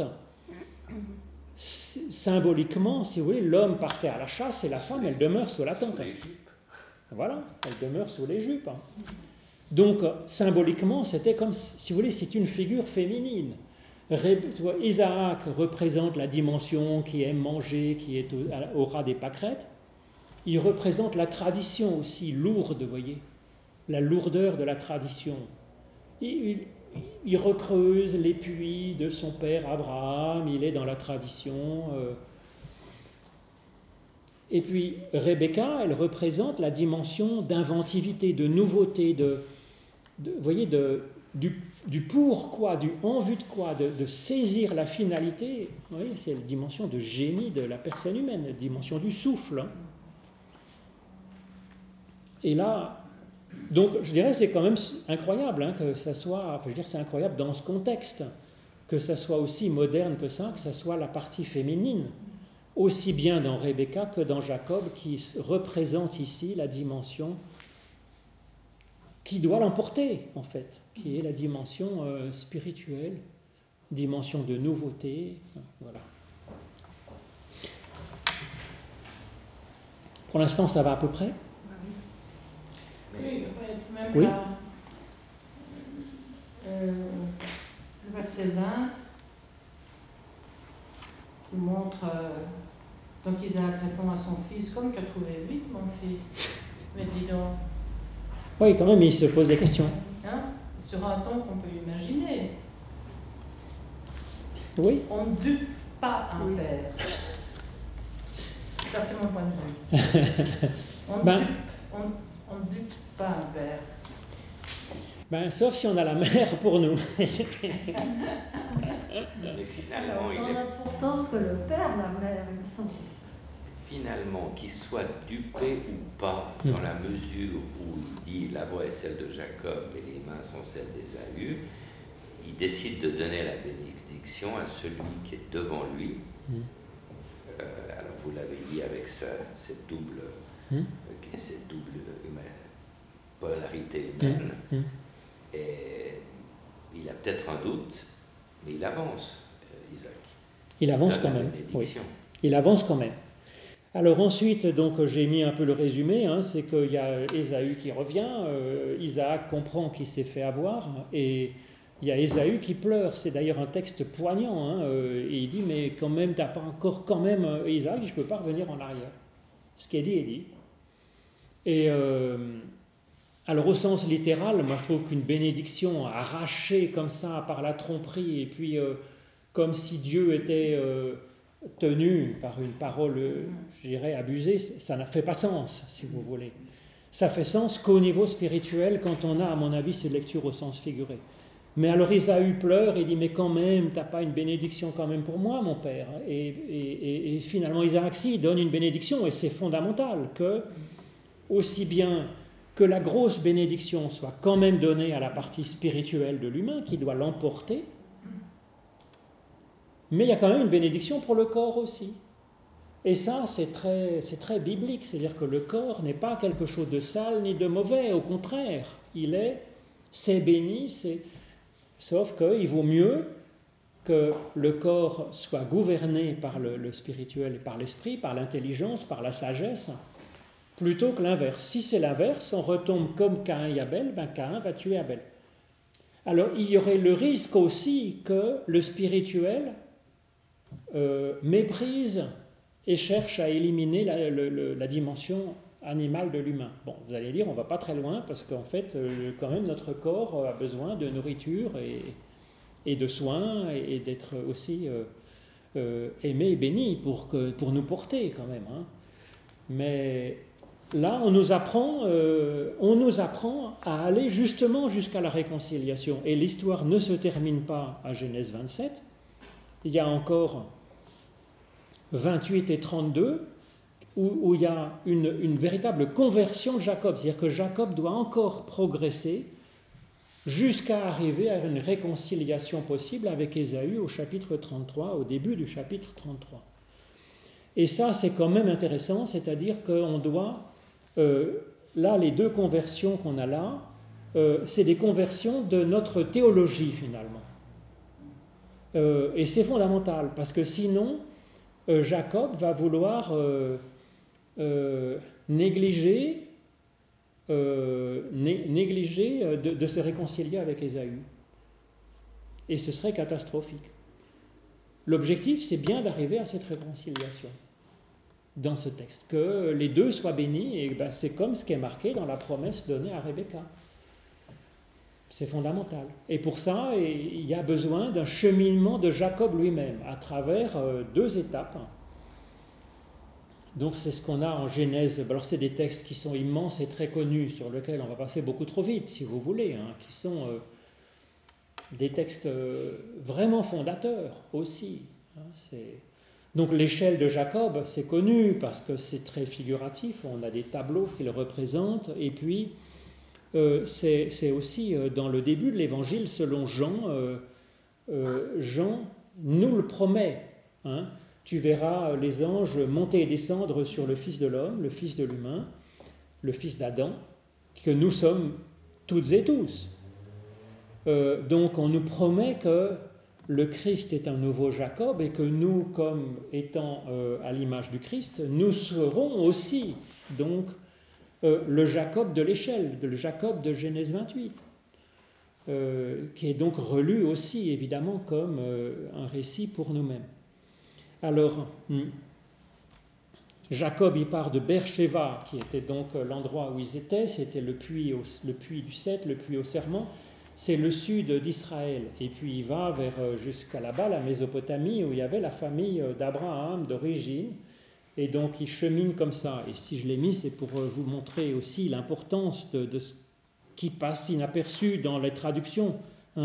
symboliquement, si vous voulez, l'homme partait à la chasse et la femme, elle demeure sous la tente. Voilà, elle demeure sous les jupes. Donc, symboliquement, c'était comme, si vous voulez, c'est une figure féminine. Isaac représente la dimension qui aime manger, qui est au ras des pâquerettes. Il représente la tradition aussi lourde, vous voyez, la lourdeur de la tradition. Il recreuse les puits de son père Abraham, il est dans la tradition. Et puis Rebecca, elle représente la dimension d'inventivité, de nouveauté, vous voyez, du pourquoi, du en vue de quoi, de saisir la finalité. Vous voyez, c'est la dimension de génie de la personne humaine, la dimension du souffle. Hein. Et là, donc je dirais c'est quand même incroyable hein, que ça soit, enfin, je veux dire c'est incroyable dans ce contexte, que ça soit aussi moderne que ça soit la partie féminine, aussi bien dans Rebecca que dans Jacob, qui représente ici la dimension qui doit l'emporter, en fait, qui est la dimension spirituelle, dimension de nouveauté, voilà. Pour l'instant, ça va à peu près ? Oui, même oui. Là, le verset 20 qui montre donc Isaac répond à son fils comme tu as trouvé vite mon fils, mais dis donc. Oui, quand même, il se pose des questions. Hein, sur un ton qu'on peut imaginer. Oui. On ne dupe pas un père. Ça c'est mon point de vue. On ne dupe pas un père. Ben, sauf si on a la mère pour nous. Mais finalement, il a l'importance que le père, la mère, il me semble. Finalement, qu'il soit dupé ou pas, dans la mesure où il dit la voix est celle de Jacob et les mains sont celles d'Ésaü, il décide de donner la bénédiction à celui qui est devant lui. Alors vous l'avez dit avec cette double polarité humaine. Et il a peut-être un doute, mais il avance, Isaac. Il avance quand même. Oui. Il avance quand même. Alors ensuite, donc j'ai mis un peu le résumé, hein, c'est qu'il y a Ésaü qui revient, Isaac comprend qu'il s'est fait avoir, et il y a Ésaü qui pleure. C'est d'ailleurs un texte poignant, hein, et il dit mais quand même t'as pas encore quand même Isaac, je peux pas revenir en arrière. Ce qui est dit. Et alors au sens littéral, moi je trouve qu'une bénédiction arrachée comme ça par la tromperie, et puis comme si Dieu était tenu par une parole, je dirais, abusée, ça n'a fait pas sens, si vous voulez. Ça fait sens qu'au niveau spirituel, quand on a, à mon avis, ces lectures au sens figuré. Mais alors Ésaü pleure et dit, mais quand même, t'as pas une bénédiction quand même pour moi, mon père. Et finalement, Isaac, si, il donne une bénédiction, et c'est fondamental que, aussi bien que la grosse bénédiction soit quand même donnée à la partie spirituelle de l'humain, qui doit l'emporter, mais il y a quand même une bénédiction pour le corps aussi. Et ça, c'est très biblique, c'est-à-dire que le corps n'est pas quelque chose de sale ni de mauvais, au contraire, c'est béni, sauf qu'il vaut mieux que le corps soit gouverné par le spirituel et par l'esprit, par l'intelligence, par la sagesse, plutôt que l'inverse. Si c'est l'inverse, on retombe comme Caïn et Abel, Caïn va tuer Abel. Alors il y aurait le risque aussi que le spirituel méprise et cherche à éliminer la dimension animale de l'humain. Bon, vous allez dire, on ne va pas très loin, parce qu'en fait, quand même, notre corps a besoin de nourriture et de soins, et d'être aussi aimé et béni pour nous porter, quand même. Hein. Mais là, on nous apprend à aller justement jusqu'à la réconciliation. Et l'histoire ne se termine pas à Genèse 27. Il y a encore 28 et 32, où il y a une véritable conversion de Jacob. C'est-à-dire que Jacob doit encore progresser jusqu'à arriver à une réconciliation possible avec Ésaü au chapitre 33, au début du chapitre 33. Et ça, c'est quand même intéressant, c'est-à-dire qu'on doit, là, les deux conversions qu'on a là, c'est des conversions de notre théologie finalement. Et c'est fondamental, parce que sinon, Jacob va vouloir négliger de se réconcilier avec Ésaü. Et ce serait catastrophique. L'objectif, c'est bien d'arriver à cette réconciliation dans ce texte, que les deux soient bénis, et ben, c'est comme ce qui est marqué dans la promesse donnée à Rebecca. C'est fondamental. Et pour ça, il y a besoin d'un cheminement de Jacob lui-même, à travers 2 étapes. Donc c'est ce qu'on a en Genèse. Alors c'est des textes qui sont immenses et très connus, sur lesquels on va passer beaucoup trop vite, si vous voulez, qui sont des textes vraiment fondateurs aussi. Donc l'échelle de Jacob, c'est connu parce que c'est très figuratif, on a des tableaux qui le représentent, et puis c'est aussi dans le début de l'évangile, selon Jean, Jean nous le promet. Tu verras les anges monter et descendre sur le Fils de l'homme, le Fils de l'humain, le Fils d'Adam, que nous sommes toutes et tous. Donc on nous promet que le Christ est un nouveau Jacob et que nous, comme étant à l'image du Christ, nous serons aussi donc le Jacob de l'échelle, le Jacob de Genèse 28, qui est donc relu aussi évidemment comme un récit pour nous-mêmes. Alors, Jacob, il part de Beersheba, qui était donc l'endroit où ils étaient, c'était le puits du Seth, le puits au serment, c'est le sud d'Israël. Et puis il va jusqu'à là-bas, la Mésopotamie, où il y avait la famille d'Abraham d'origine, et donc il chemine comme ça. Et si je l'ai mis, c'est pour vous montrer aussi l'importance de ce qui passe inaperçu dans les traductions.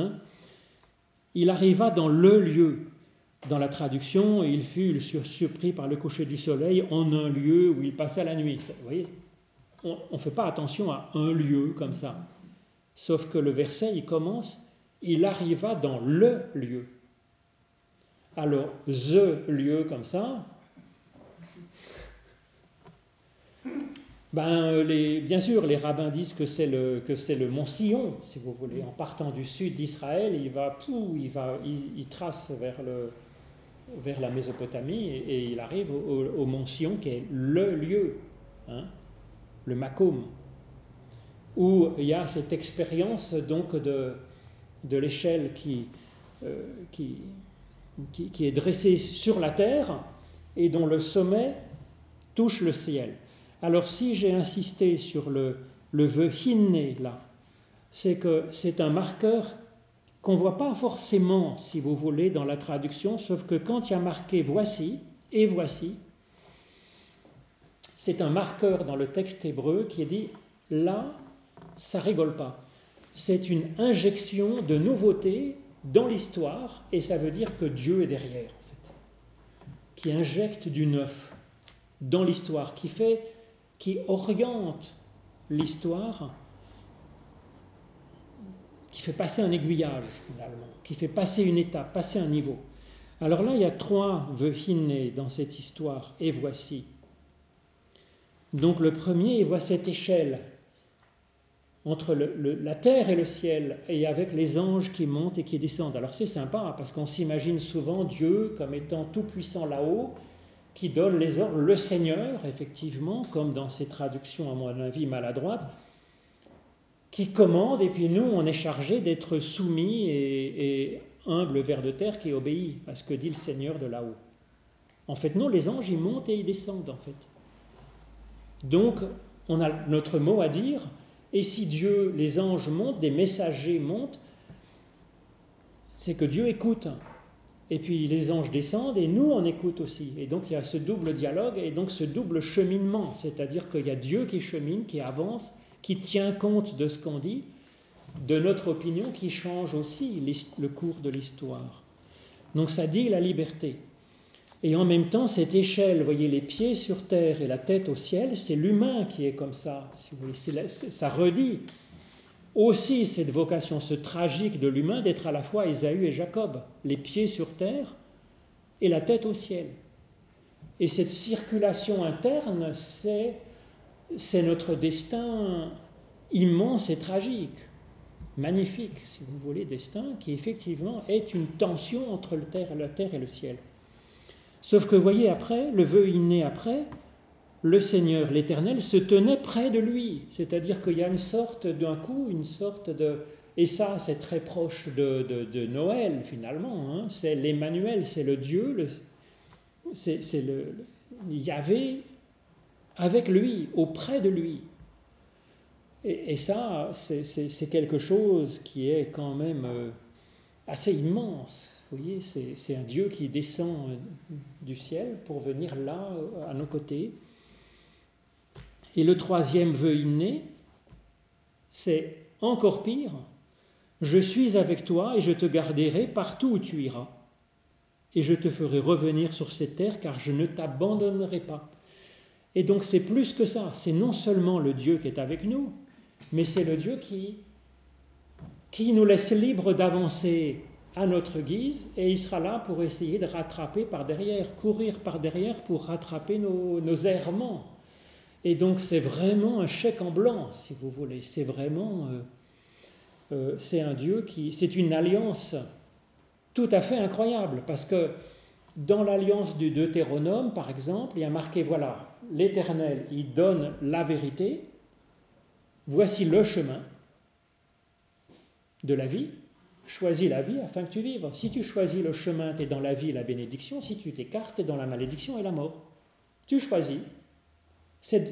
Il arriva dans le lieu. Dans la traduction, il fut surpris par le coucher du soleil en un lieu où il passa la nuit. Vous voyez, on ne fait pas attention à un lieu comme ça. Sauf que le verset, il commence, il arriva dans le lieu. Alors, the lieu comme ça, bien sûr, les rabbins disent que c'est le mont Sion, si vous voulez. En partant du sud d'Israël, il trace vers la Mésopotamie et il arrive au mont Sion qui est le lieu, le Makom, où il y a cette expérience donc de l'échelle qui est dressée sur la terre et dont le sommet touche le ciel. Alors si j'ai insisté sur le Vehinné là, c'est que c'est un marqueur qu'on ne voit pas forcément, si vous voulez, dans la traduction, sauf que quand il y a marqué « voici » et « voici », c'est un marqueur dans le texte hébreu qui dit « là, ça rigole pas ». C'est une injection de nouveauté dans l'histoire, et ça veut dire que Dieu est derrière, en fait, qui injecte du neuf dans l'histoire, qui oriente l'histoire, qui fait passer un aiguillage, finalement, qui fait passer une étape, passer un niveau. Alors là, il y a 3 Vehinné dans cette histoire, et voici. Donc le premier, il voit cette échelle entre la terre et le ciel, et avec les anges qui montent et qui descendent. Alors c'est sympa, parce qu'on s'imagine souvent Dieu comme étant tout-puissant là-haut, qui donne les ordres, le Seigneur, effectivement, comme dans ces traductions, à mon avis, maladroites, qui commande, et puis nous, on est chargé d'être soumis et humble vers de terre qui obéit à ce que dit le Seigneur de là-haut. En fait, non, les anges, ils montent et ils descendent, en fait. Donc, on a notre mot à dire, et si Dieu, les anges montent, des messagers montent, c'est que Dieu écoute. Et puis les anges descendent, et nous, on écoute aussi. Et donc, il y a ce double dialogue, et donc ce double cheminement, c'est-à-dire qu'il y a Dieu qui chemine, qui avance, qui tient compte de ce qu'on dit, de notre opinion, qui change aussi le cours de l'histoire. Donc ça dit la liberté. Et en même temps, cette échelle, vous voyez, les pieds sur terre et la tête au ciel, c'est l'humain qui est comme ça. Si vous voulez. Ça redit aussi cette vocation, ce tragique de l'humain d'être à la fois Ésaü et Jacob, les pieds sur terre et la tête au ciel. Et cette circulation interne, c'est notre destin immense et tragique. magnifique, si vous voulez, destin, qui effectivement est une tension entre la terre et le ciel. Sauf que, vous voyez, après, le vœu inné après, le Seigneur, l'Éternel, se tenait près de lui. C'est-à-dire qu'il y a une sorte, d'un coup, une sorte de... Et ça, c'est très proche de Noël, finalement. Hein. C'est l'Emmanuel, c'est le Dieu, c'est le Yahvé avec lui, auprès de lui. Et ça, c'est quelque chose qui est quand même assez immense. Vous voyez, c'est un Dieu qui descend du ciel pour venir là, à nos côtés. Et le troisième vœu inné, c'est encore pire. Je suis avec toi et je te garderai partout où tu iras. Et je te ferai revenir sur cette terre car je ne t'abandonnerai pas. Et donc c'est plus que ça. C'est non seulement le Dieu qui est avec nous, mais c'est le Dieu qui nous laisse libres d'avancer à notre guise et il sera là pour essayer de rattraper par derrière, courir par derrière pour rattraper nos errements. Et donc c'est vraiment un chèque en blanc, si vous voulez. C'est vraiment... c'est un Dieu c'est une alliance tout à fait incroyable, parce que dans l'alliance du Deutéronome, par exemple, il y a marqué, voilà, l'Éternel, il donne la vérité, voici le chemin de la vie, choisis la vie afin que tu vives. Si tu choisis le chemin, tu es dans la vie et la bénédiction, si tu t'écartes, tu es dans la malédiction et la mort. Tu choisis. C'est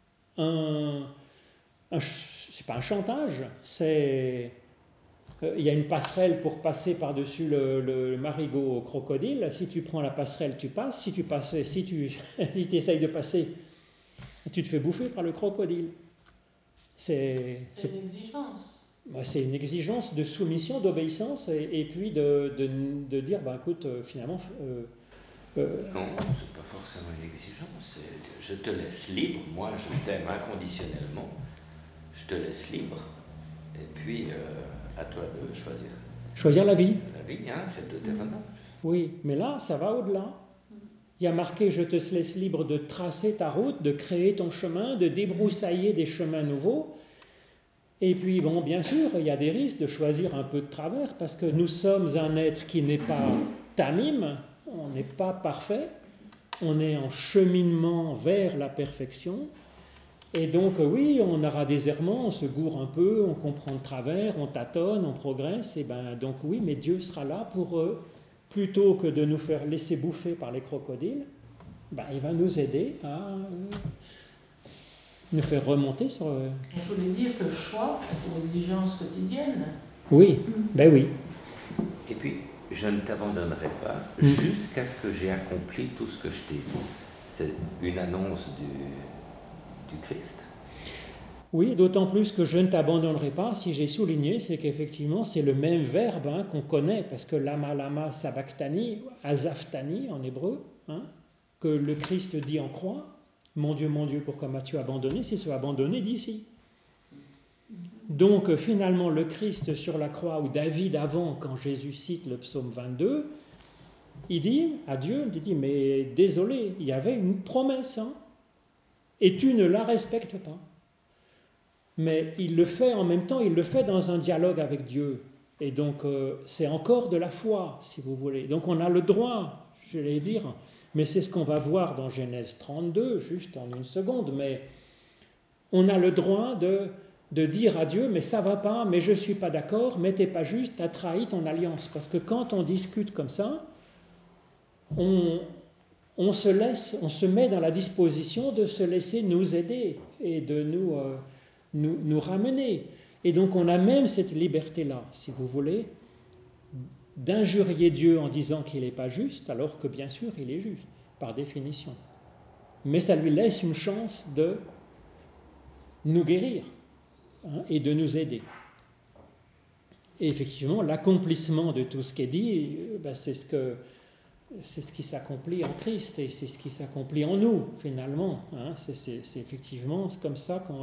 c'est pas un chantage, c'est... Il y a une passerelle pour passer par-dessus le marigot au crocodile. Si tu prends la passerelle, tu passes. Si tu essayes de passer, tu te fais bouffer par le crocodile. C'est une exigence. C'est une exigence de soumission, d'obéissance, et puis de dire, écoute, finalement... Non, c'est pas forcément une exigence. Je te laisse libre. Moi, je t'aime inconditionnellement. Je te laisse libre. Et puis... à toi de choisir. Choisir la vie. La vie, hein, c'est le Deutéronome. Oui, mais là, ça va au-delà. Il y a marqué « Je te laisse libre de tracer ta route, de créer ton chemin, de débroussailler des chemins nouveaux. » Et puis, bon, bien sûr, il y a des risques de choisir un peu de travers, parce que nous sommes un être qui n'est pas tamime, on n'est pas parfait, on est en cheminement vers la perfection. Et donc, oui, on aura des errements, on se gourre un peu, on comprend de travers, on tâtonne, on progresse. Et donc oui, mais Dieu sera là pour, plutôt que de nous faire laisser bouffer par les crocodiles, il va nous aider à nous faire remonter sur... Il voulait dire que le choix, c'est une exigence quotidienne. Oui, oui. Et puis, je ne t'abandonnerai pas jusqu'à ce que j'ai accompli tout ce que je t'ai dit. C'est une annonce du Christ. Oui, d'autant plus que je ne t'abandonnerai pas, si j'ai souligné, c'est qu'effectivement c'est le même verbe qu'on connaît, parce que lama sabachthani, azaftani en hébreu, que le Christ dit en croix, mon Dieu, pourquoi m'as-tu abandonné, c'est ce abandonné d'ici. Donc finalement le Christ sur la croix, ou David avant, quand Jésus cite le psaume 22, il dit à Dieu, il dit, mais désolé, il y avait une promesse, et tu ne la respectes pas. Mais il le fait en même temps, il le fait dans un dialogue avec Dieu. Et donc, c'est encore de la foi, si vous voulez. Donc, on a le droit, je vais dire, mais c'est ce qu'on va voir dans Genèse 32, juste en une seconde, mais on a le droit de dire à Dieu, mais ça va pas, mais je suis pas d'accord, mais t'es pas juste, t'as trahi ton alliance. Parce que quand on discute comme ça, on se met dans la disposition de se laisser nous aider et de nous ramener. Et donc on a même cette liberté-là, si vous voulez, d'injurier Dieu en disant qu'il n'est pas juste, alors que bien sûr il est juste, par définition. Mais ça lui laisse une chance de nous guérir et de nous aider. Et effectivement, l'accomplissement de tout ce qui est dit, c'est ce qui s'accomplit en Christ et c'est ce qui s'accomplit en nous, finalement. C'est effectivement comme ça qu'on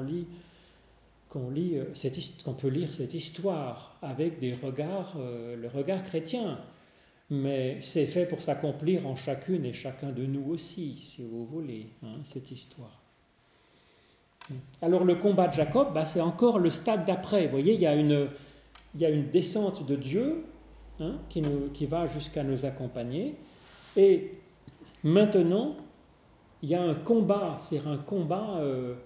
peut lire cette histoire avec le regard chrétien. Mais c'est fait pour s'accomplir en chacune et chacun de nous aussi, si vous voulez, cette histoire. Alors le combat de Jacob, c'est encore le stade d'après. Vous voyez, il y a il y a une descente de Dieu qui va jusqu'à nous accompagner. Et maintenant, il y a un combat, c'est un combat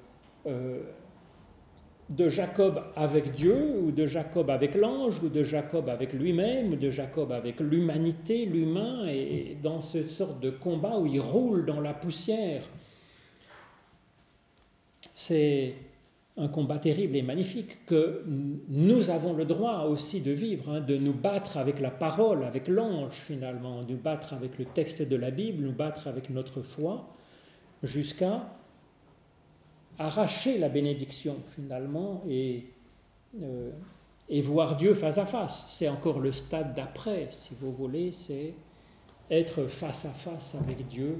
de Jacob avec Dieu, ou de Jacob avec l'ange, ou de Jacob avec lui-même, ou de Jacob avec l'humanité, l'humain, et dans cette sorte de combat où il roule dans la poussière. C'est un combat terrible et magnifique que nous avons le droit aussi de vivre, de nous battre avec la parole, avec l'ange finalement, nous battre avec le texte de la Bible, nous battre avec notre foi, jusqu'à arracher la bénédiction finalement et voir Dieu face à face. C'est encore le stade d'après, si vous voulez, c'est être face à face avec Dieu.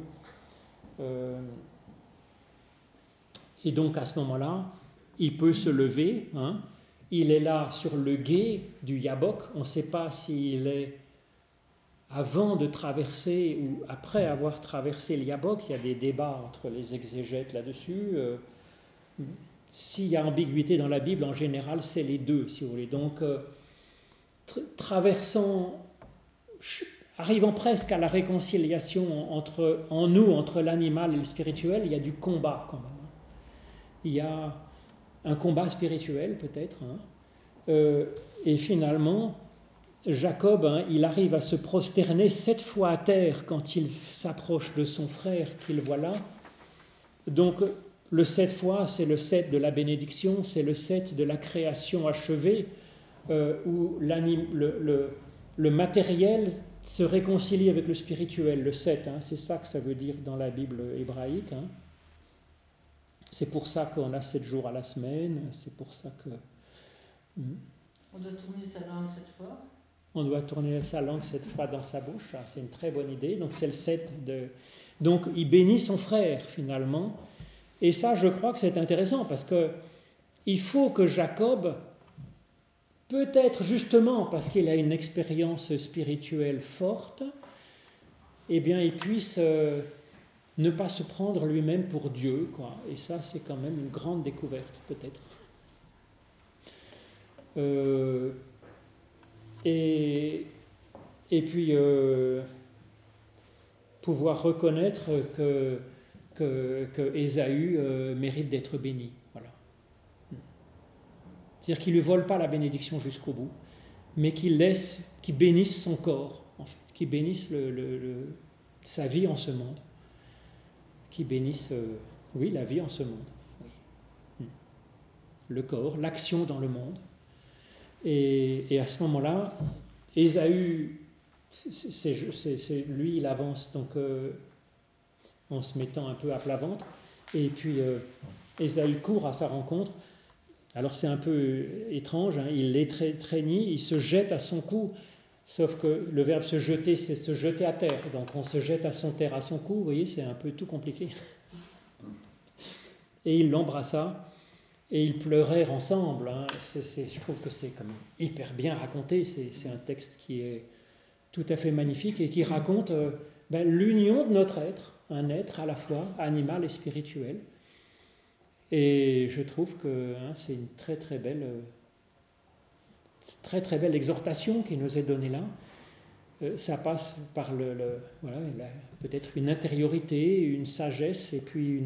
Et donc à ce moment-là, il peut se lever, il est là sur le gué du Yabok, on ne sait pas s'il est avant de traverser ou après avoir traversé le Yabok, il y a des débats entre les exégètes là-dessus. S'il y a ambiguïté dans la Bible, en général, c'est les deux, si vous voulez. Donc, arrivant presque à la réconciliation en nous, entre l'animal et le spirituel, il y a du combat quand même. Il y a un combat spirituel peut-être. Et finalement, Jacob, il arrive à se prosterner 7 fois à terre quand il s'approche de son frère qu'il voit là. Donc, le 7 fois, c'est le 7 de la bénédiction, c'est le 7 de la création achevée, où le matériel se réconcilie avec le spirituel, le 7, c'est ça que ça veut dire dans la Bible hébraïque. C'est pour ça qu'on a 7 jours à la semaine, c'est pour ça que... On doit tourner sa langue 7 fois. On doit tourner sa langue 7 fois dans sa bouche, c'est une très bonne idée. Donc c'est le 7 de... Donc il bénit son frère finalement. Et ça, je crois que c'est intéressant parce qu'il faut que Jacob, peut-être justement parce qu'il a une expérience spirituelle forte, eh bien il puisse ne pas se prendre lui-même pour Dieu, quoi. Et ça, c'est quand même une grande découverte, peut-être. Et puis pouvoir reconnaître que Ésaü mérite d'être béni. Voilà. C'est-à-dire qu'il ne lui vole pas la bénédiction jusqu'au bout, mais qu'il bénisse son corps, en fait, qu'il bénisse sa vie en ce monde, qu'il bénisse la vie en ce monde. Oui. Le corps, l'action dans le monde. Et à ce moment-là, Ésaü, lui, il avance donc en se mettant un peu à plat ventre, et puis Ésaü court à sa rencontre. Alors c'est un peu étrange, il l'étreignit, il se jette à son cou, sauf que le verbe se jeter, c'est se jeter à terre, donc on se jette à son cou, vous voyez, c'est un peu tout compliqué. Et il l'embrassa, et ils pleurèrent ensemble. Je trouve que c'est quand même hyper bien raconté, c'est un texte qui est tout à fait magnifique, et qui raconte l'union de notre être, un être à la fois animal et spirituel. Et je trouve que c'est une très très belle exhortation qui nous est donnée là. Ça passe par peut-être une intériorité, une sagesse, et puis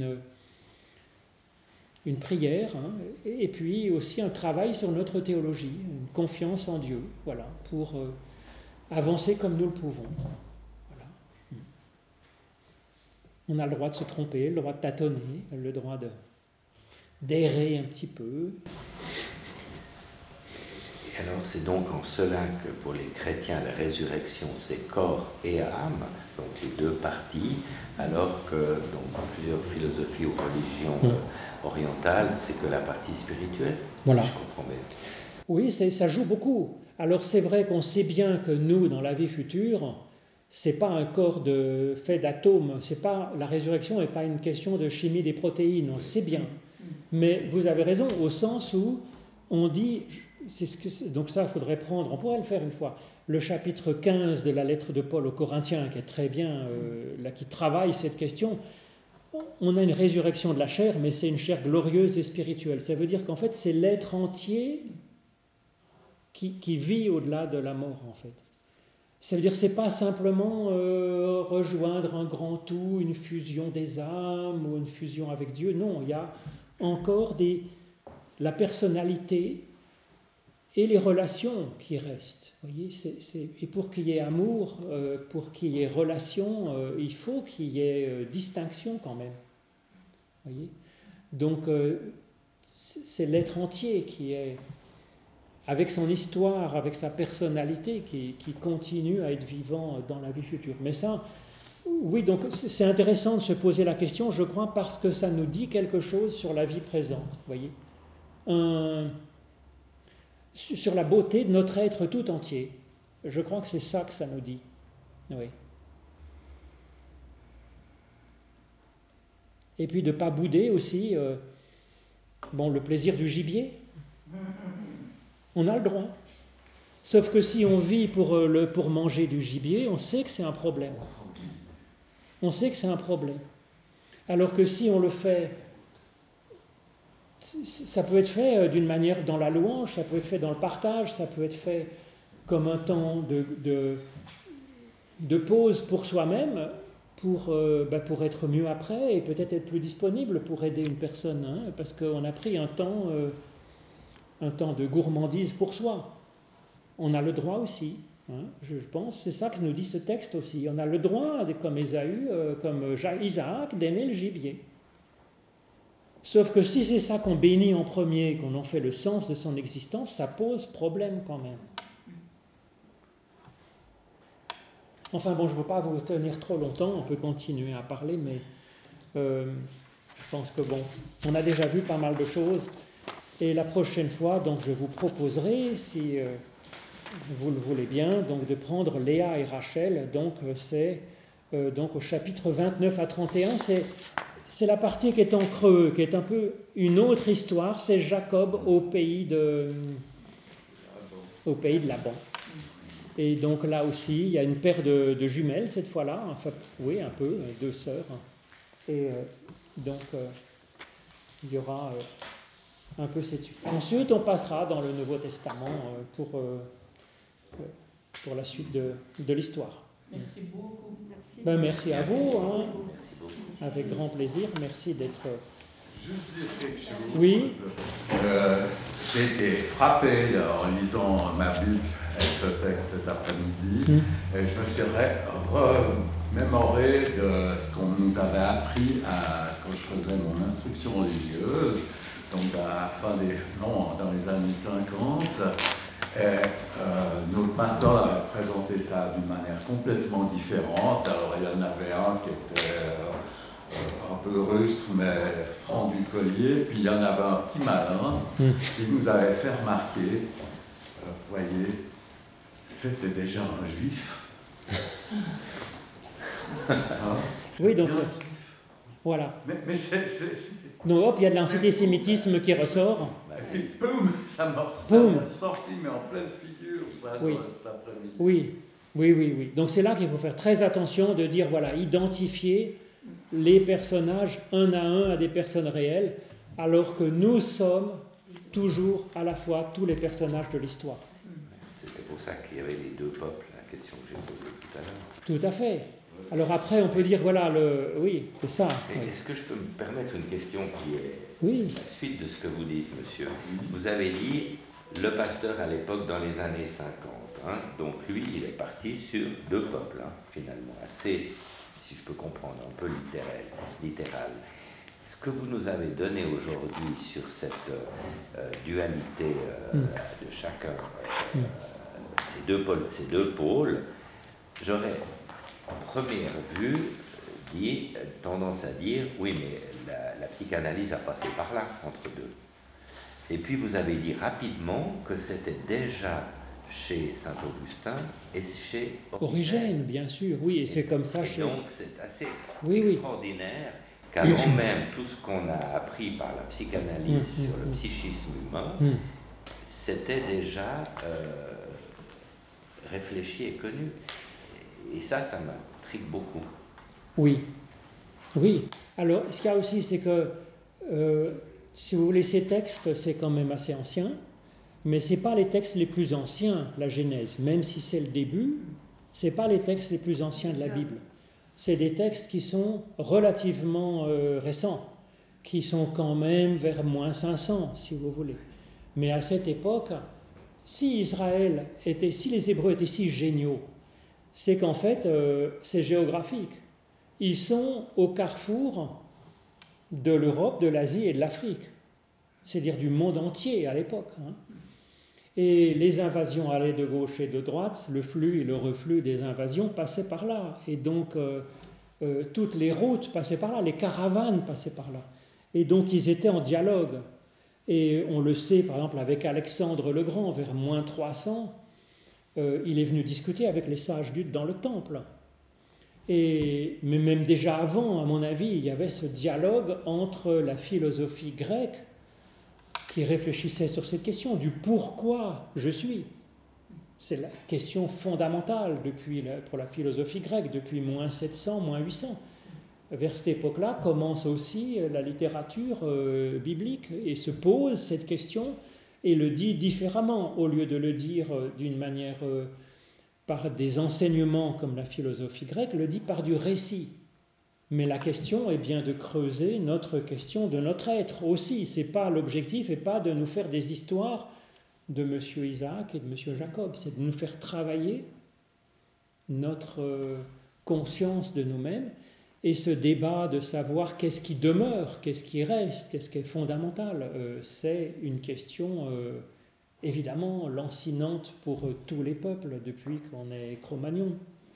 une prière, et puis aussi un travail sur notre théologie, une confiance en Dieu, voilà, pour avancer comme nous le pouvons. Voilà. On a le droit de se tromper, le droit de tâtonner, le droit d'errer un petit peu. Et alors c'est donc en cela que pour les chrétiens la résurrection c'est corps et âme, donc les deux parties, alors que dans plusieurs philosophies ou religions orientales c'est que la partie spirituelle, voilà. Si je comprends bien. Oui, ça joue beaucoup. Alors c'est vrai qu'on sait bien que nous, dans la vie future, c'est pas un corps fait d'atomes, la résurrection n'est pas une question de chimie des protéines, on le sait bien. Mais vous avez raison, au sens où on dit, donc ça, il faudrait prendre, on pourrait le faire une fois, le chapitre 15 de la lettre de Paul aux Corinthiens, qui est très bien, qui travaille cette question. On a une résurrection de la chair, mais c'est une chair glorieuse et spirituelle. Ça veut dire qu'en fait, c'est l'être entier qui vit au-delà de la mort, en fait. Ça veut dire que ce n'est pas simplement rejoindre un grand tout, une fusion des âmes ou une fusion avec Dieu. Non, il y a encore la personnalité et les relations qui restent. Voyez, et pour qu'il y ait amour, pour qu'il y ait relation, il faut qu'il y ait distinction quand même. Voyez, donc c'est l'être entier qui est, avec son histoire, avec sa personnalité, qui continue à être vivant dans la vie future. Mais ça, oui, donc c'est intéressant de se poser la question, je crois, parce que ça nous dit quelque chose sur la vie présente. Voyez, sur la beauté de notre être tout entier. Je crois que c'est ça que ça nous dit. Oui. Et puis de ne pas bouder aussi le plaisir du gibier. On a le droit. Sauf que si on vit pour manger du gibier, on sait que c'est un problème. On sait que c'est un problème. Alors que si on le fait, ça peut être fait d'une manière dans la louange, ça peut être fait dans le partage, ça peut être fait comme un temps de pause pour soi-même, pour être mieux après et peut-être être plus disponible pour aider une personne, hein, parce qu'on a pris un temps de gourmandise pour soi. On a le droit aussi, hein, je pense, c'est ça que nous dit ce texte aussi. On a le droit, comme Ésaü, comme Isaac, d'aimer le gibier. Sauf que si c'est ça qu'on bénit en premier, qu'on en fait le sens de son existence, ça pose problème quand même. Enfin bon, je ne veux pas vous tenir trop longtemps, on peut continuer à parler, mais je pense que bon, on a déjà vu pas mal de choses. Et la prochaine fois, donc, je vous proposerai, si vous le voulez bien, donc, de prendre Léa et Rachel. Donc, c'est donc, au chapitre 29 à 31. C'est la partie qui est en creux, qui est un peu une autre histoire. C'est Jacob au pays de Laban. Et donc là aussi, il y a une paire de jumelles cette fois-là. Enfin, oui, un peu, deux sœurs. Et donc, il y aura... un peu cette suite. Ensuite, on passera dans le Nouveau Testament pour la suite de l'histoire. Merci beaucoup. Merci à vous. Hein. Merci beaucoup. Avec grand plaisir. Merci d'être... Juste dire quelque chose. Oui. J'ai été frappé en lisant ma Bible et ce texte cet après-midi. Et je me suis remémoré de ce qu'on nous avait appris quand je faisais mon instruction religieuse. Donc dans les années 50, notre pasteur avait présenté ça d'une manière complètement différente. Alors il y en avait un qui était un peu rustre, mais franc du collier, puis il y en avait un petit malin qui nous avait fait remarquer, vous voyez, c'était déjà un juif. Hein? Oui, donc voilà. Mais c'est... Donc hop, il y a de l'antisémitisme qui ressort. Et puis, boum, ça m'a sorti, mais en pleine figure, ça, oui. cet après-midi. Oui. Donc c'est là qu'il faut faire très attention de dire, voilà, identifier les personnages un à des personnes réelles, alors que nous sommes toujours à la fois tous les personnages de l'histoire. C'était pour ça qu'il y avait les deux peuples, la question que j'ai posée tout à l'heure. Tout à fait. Alors après, on peut dire, voilà, oui, c'est ça. Oui. Est-ce que je peux me permettre une question qui est la suite de ce que vous dites, monsieur? Vous avez dit, le pasteur à l'époque, dans les années 50, hein, donc lui, il est parti sur deux peuples, hein, finalement, assez, si je peux comprendre, un peu littéral. Ce que vous nous avez donné aujourd'hui sur cette dualité de chacun, ces deux pôles, j'aurais... en première vue, tendance à dire, oui, mais la psychanalyse a passé par là, entre deux. Et puis vous avez dit rapidement que c'était déjà chez Saint-Augustin et chez Origène, bien sûr, oui, et c'est comme ça chez... Donc c'est assez extraordinaire qu'avant même tout ce qu'on a appris par la psychanalyse sur le psychisme humain, c'était déjà réfléchi et connu. Et ça m'intrigue beaucoup. Oui. Alors, ce qu'il y a aussi, c'est que, si vous voulez, ces textes, c'est quand même assez ancien. Mais ce n'est pas les textes les plus anciens, la Genèse, même si c'est le début, ce n'est pas les textes les plus anciens de la Bible. C'est des textes qui sont relativement récents, qui sont quand même vers moins 500, si vous voulez. Mais à cette époque, si les Hébreux étaient si géniaux, c'est qu'en fait, c'est géographique. Ils sont au carrefour de l'Europe, de l'Asie et de l'Afrique, c'est-à-dire du monde entier à l'époque. Et les invasions allaient de gauche et de droite, le flux et le reflux des invasions passaient par là. Et donc, toutes les routes passaient par là, les caravanes passaient par là. Et donc, ils étaient en dialogue. Et on le sait, par exemple, avec Alexandre le Grand, vers moins 300, il est venu discuter avec les sages dans le temple. Mais même déjà avant, à mon avis, il y avait ce dialogue entre la philosophie grecque qui réfléchissait sur cette question du pourquoi je suis. C'est la question fondamentale pour la philosophie grecque, depuis moins 700, moins 800. Vers cette époque-là commence aussi la littérature biblique et se pose cette question et le dit différemment, au lieu de le dire d'une manière par des enseignements comme la philosophie grecque, le dit par du récit. Mais la question est bien de creuser notre question de notre être aussi. C'est pas l'objectif et pas de nous faire des histoires de M. Isaac et de M. Jacob. C'est de nous faire travailler notre conscience de nous-mêmes et ce débat de savoir qu'est-ce qui demeure, qu'est-ce qui reste, qu'est-ce qui est fondamental. C'est une question évidemment lancinante pour tous les peuples depuis qu'on est Cro-Magnon.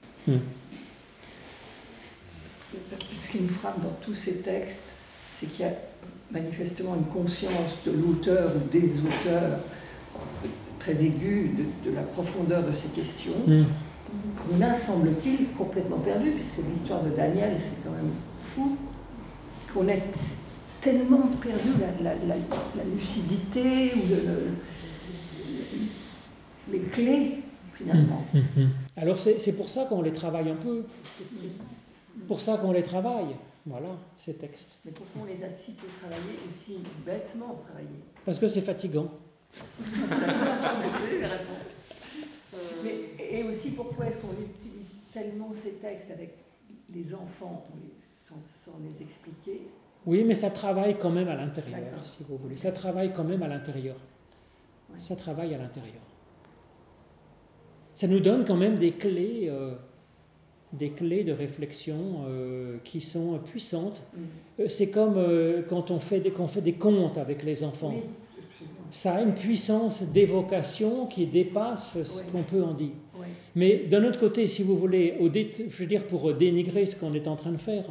Ce qui nous frappe dans tous ces textes, c'est qu'il y a manifestement une conscience de l'auteur ou des auteurs très aiguë de la profondeur de ces questions, qu'on a, semble-t-il, complètement perdu, puisque l'histoire de Daniel, c'est quand même fou, qu'on a tellement perdu la lucidité ou les clés, finalement. Alors c'est pour ça qu'on les travaille un peu. Pour ça qu'on les travaille, voilà, ces textes. Mais pourquoi on les a si peu travaillés, aussi bêtement travaillés? Parce que c'est fatigant. Vous avez eu la réponse. Et aussi, pourquoi est-ce qu'on utilise tellement ces textes avec les enfants sans les expliquer? Oui, mais ça travaille quand même à l'intérieur, si vous voulez. Ça travaille quand même à l'intérieur. Ouais. Ça travaille à l'intérieur. Ça nous donne quand même des clés de réflexion qui sont puissantes. C'est comme quand on fait des contes avec les enfants. Oui. Ça a une puissance d'évocation qui dépasse ce qu'on peut en dire. Oui. Mais d'un autre côté, si vous voulez, pour dénigrer ce qu'on est en train de faire,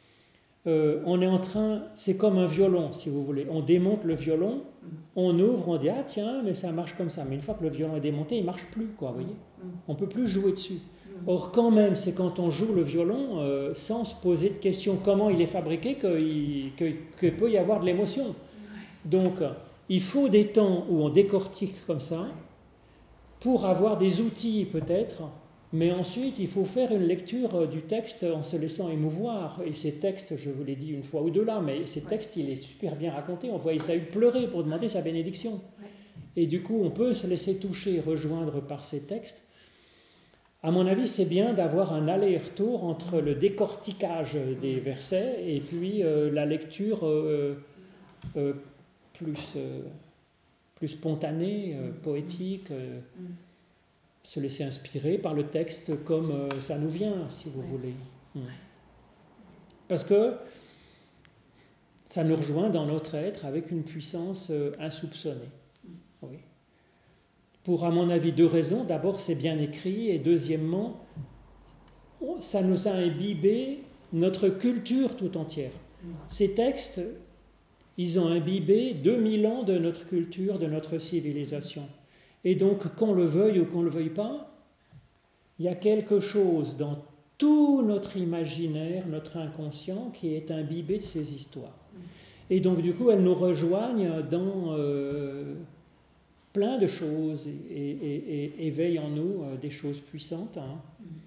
c'est comme un violon, si vous voulez. On démonte le violon, on ouvre, on dit « Ah tiens, mais ça marche comme ça ». Mais une fois que le violon est démonté, il ne marche plus, quoi, vous voyez. On ne peut plus jouer dessus. Or, quand même, c'est quand on joue le violon, sans se poser de questions comment il est fabriqué, que peut y avoir de l'émotion. Donc, il faut des temps où on décortique comme ça, pour avoir des outils peut-être, mais ensuite, il faut faire une lecture du texte en se laissant émouvoir. Et ces textes, je vous l'ai dit une fois ou deux là, mais ces textes, il est super bien raconté. On voit Isaïe pleurer pour demander sa bénédiction. Et du coup, on peut se laisser toucher et rejoindre par ces textes. À mon avis, c'est bien d'avoir un aller-retour entre le décortiquage des versets et puis la lecture plus spontanée, poétique, se laisser inspirer par le texte comme ça nous vient, si vous voulez. Parce que ça nous rejoint dans notre être avec une puissance insoupçonnée. Oui. Pour, à mon avis, deux raisons. D'abord, c'est bien écrit, et deuxièmement, ça nous a imbibé notre culture tout entière. Ces textes, ils ont imbibé 2000 ans de notre culture, de notre civilisation. Et donc, qu'on le veuille ou qu'on ne le veuille pas, il y a quelque chose dans tout notre imaginaire, notre inconscient, qui est imbibé de ces histoires. Et donc, du coup, elles nous rejoignent dans plein de choses et éveillent en nous des choses puissantes.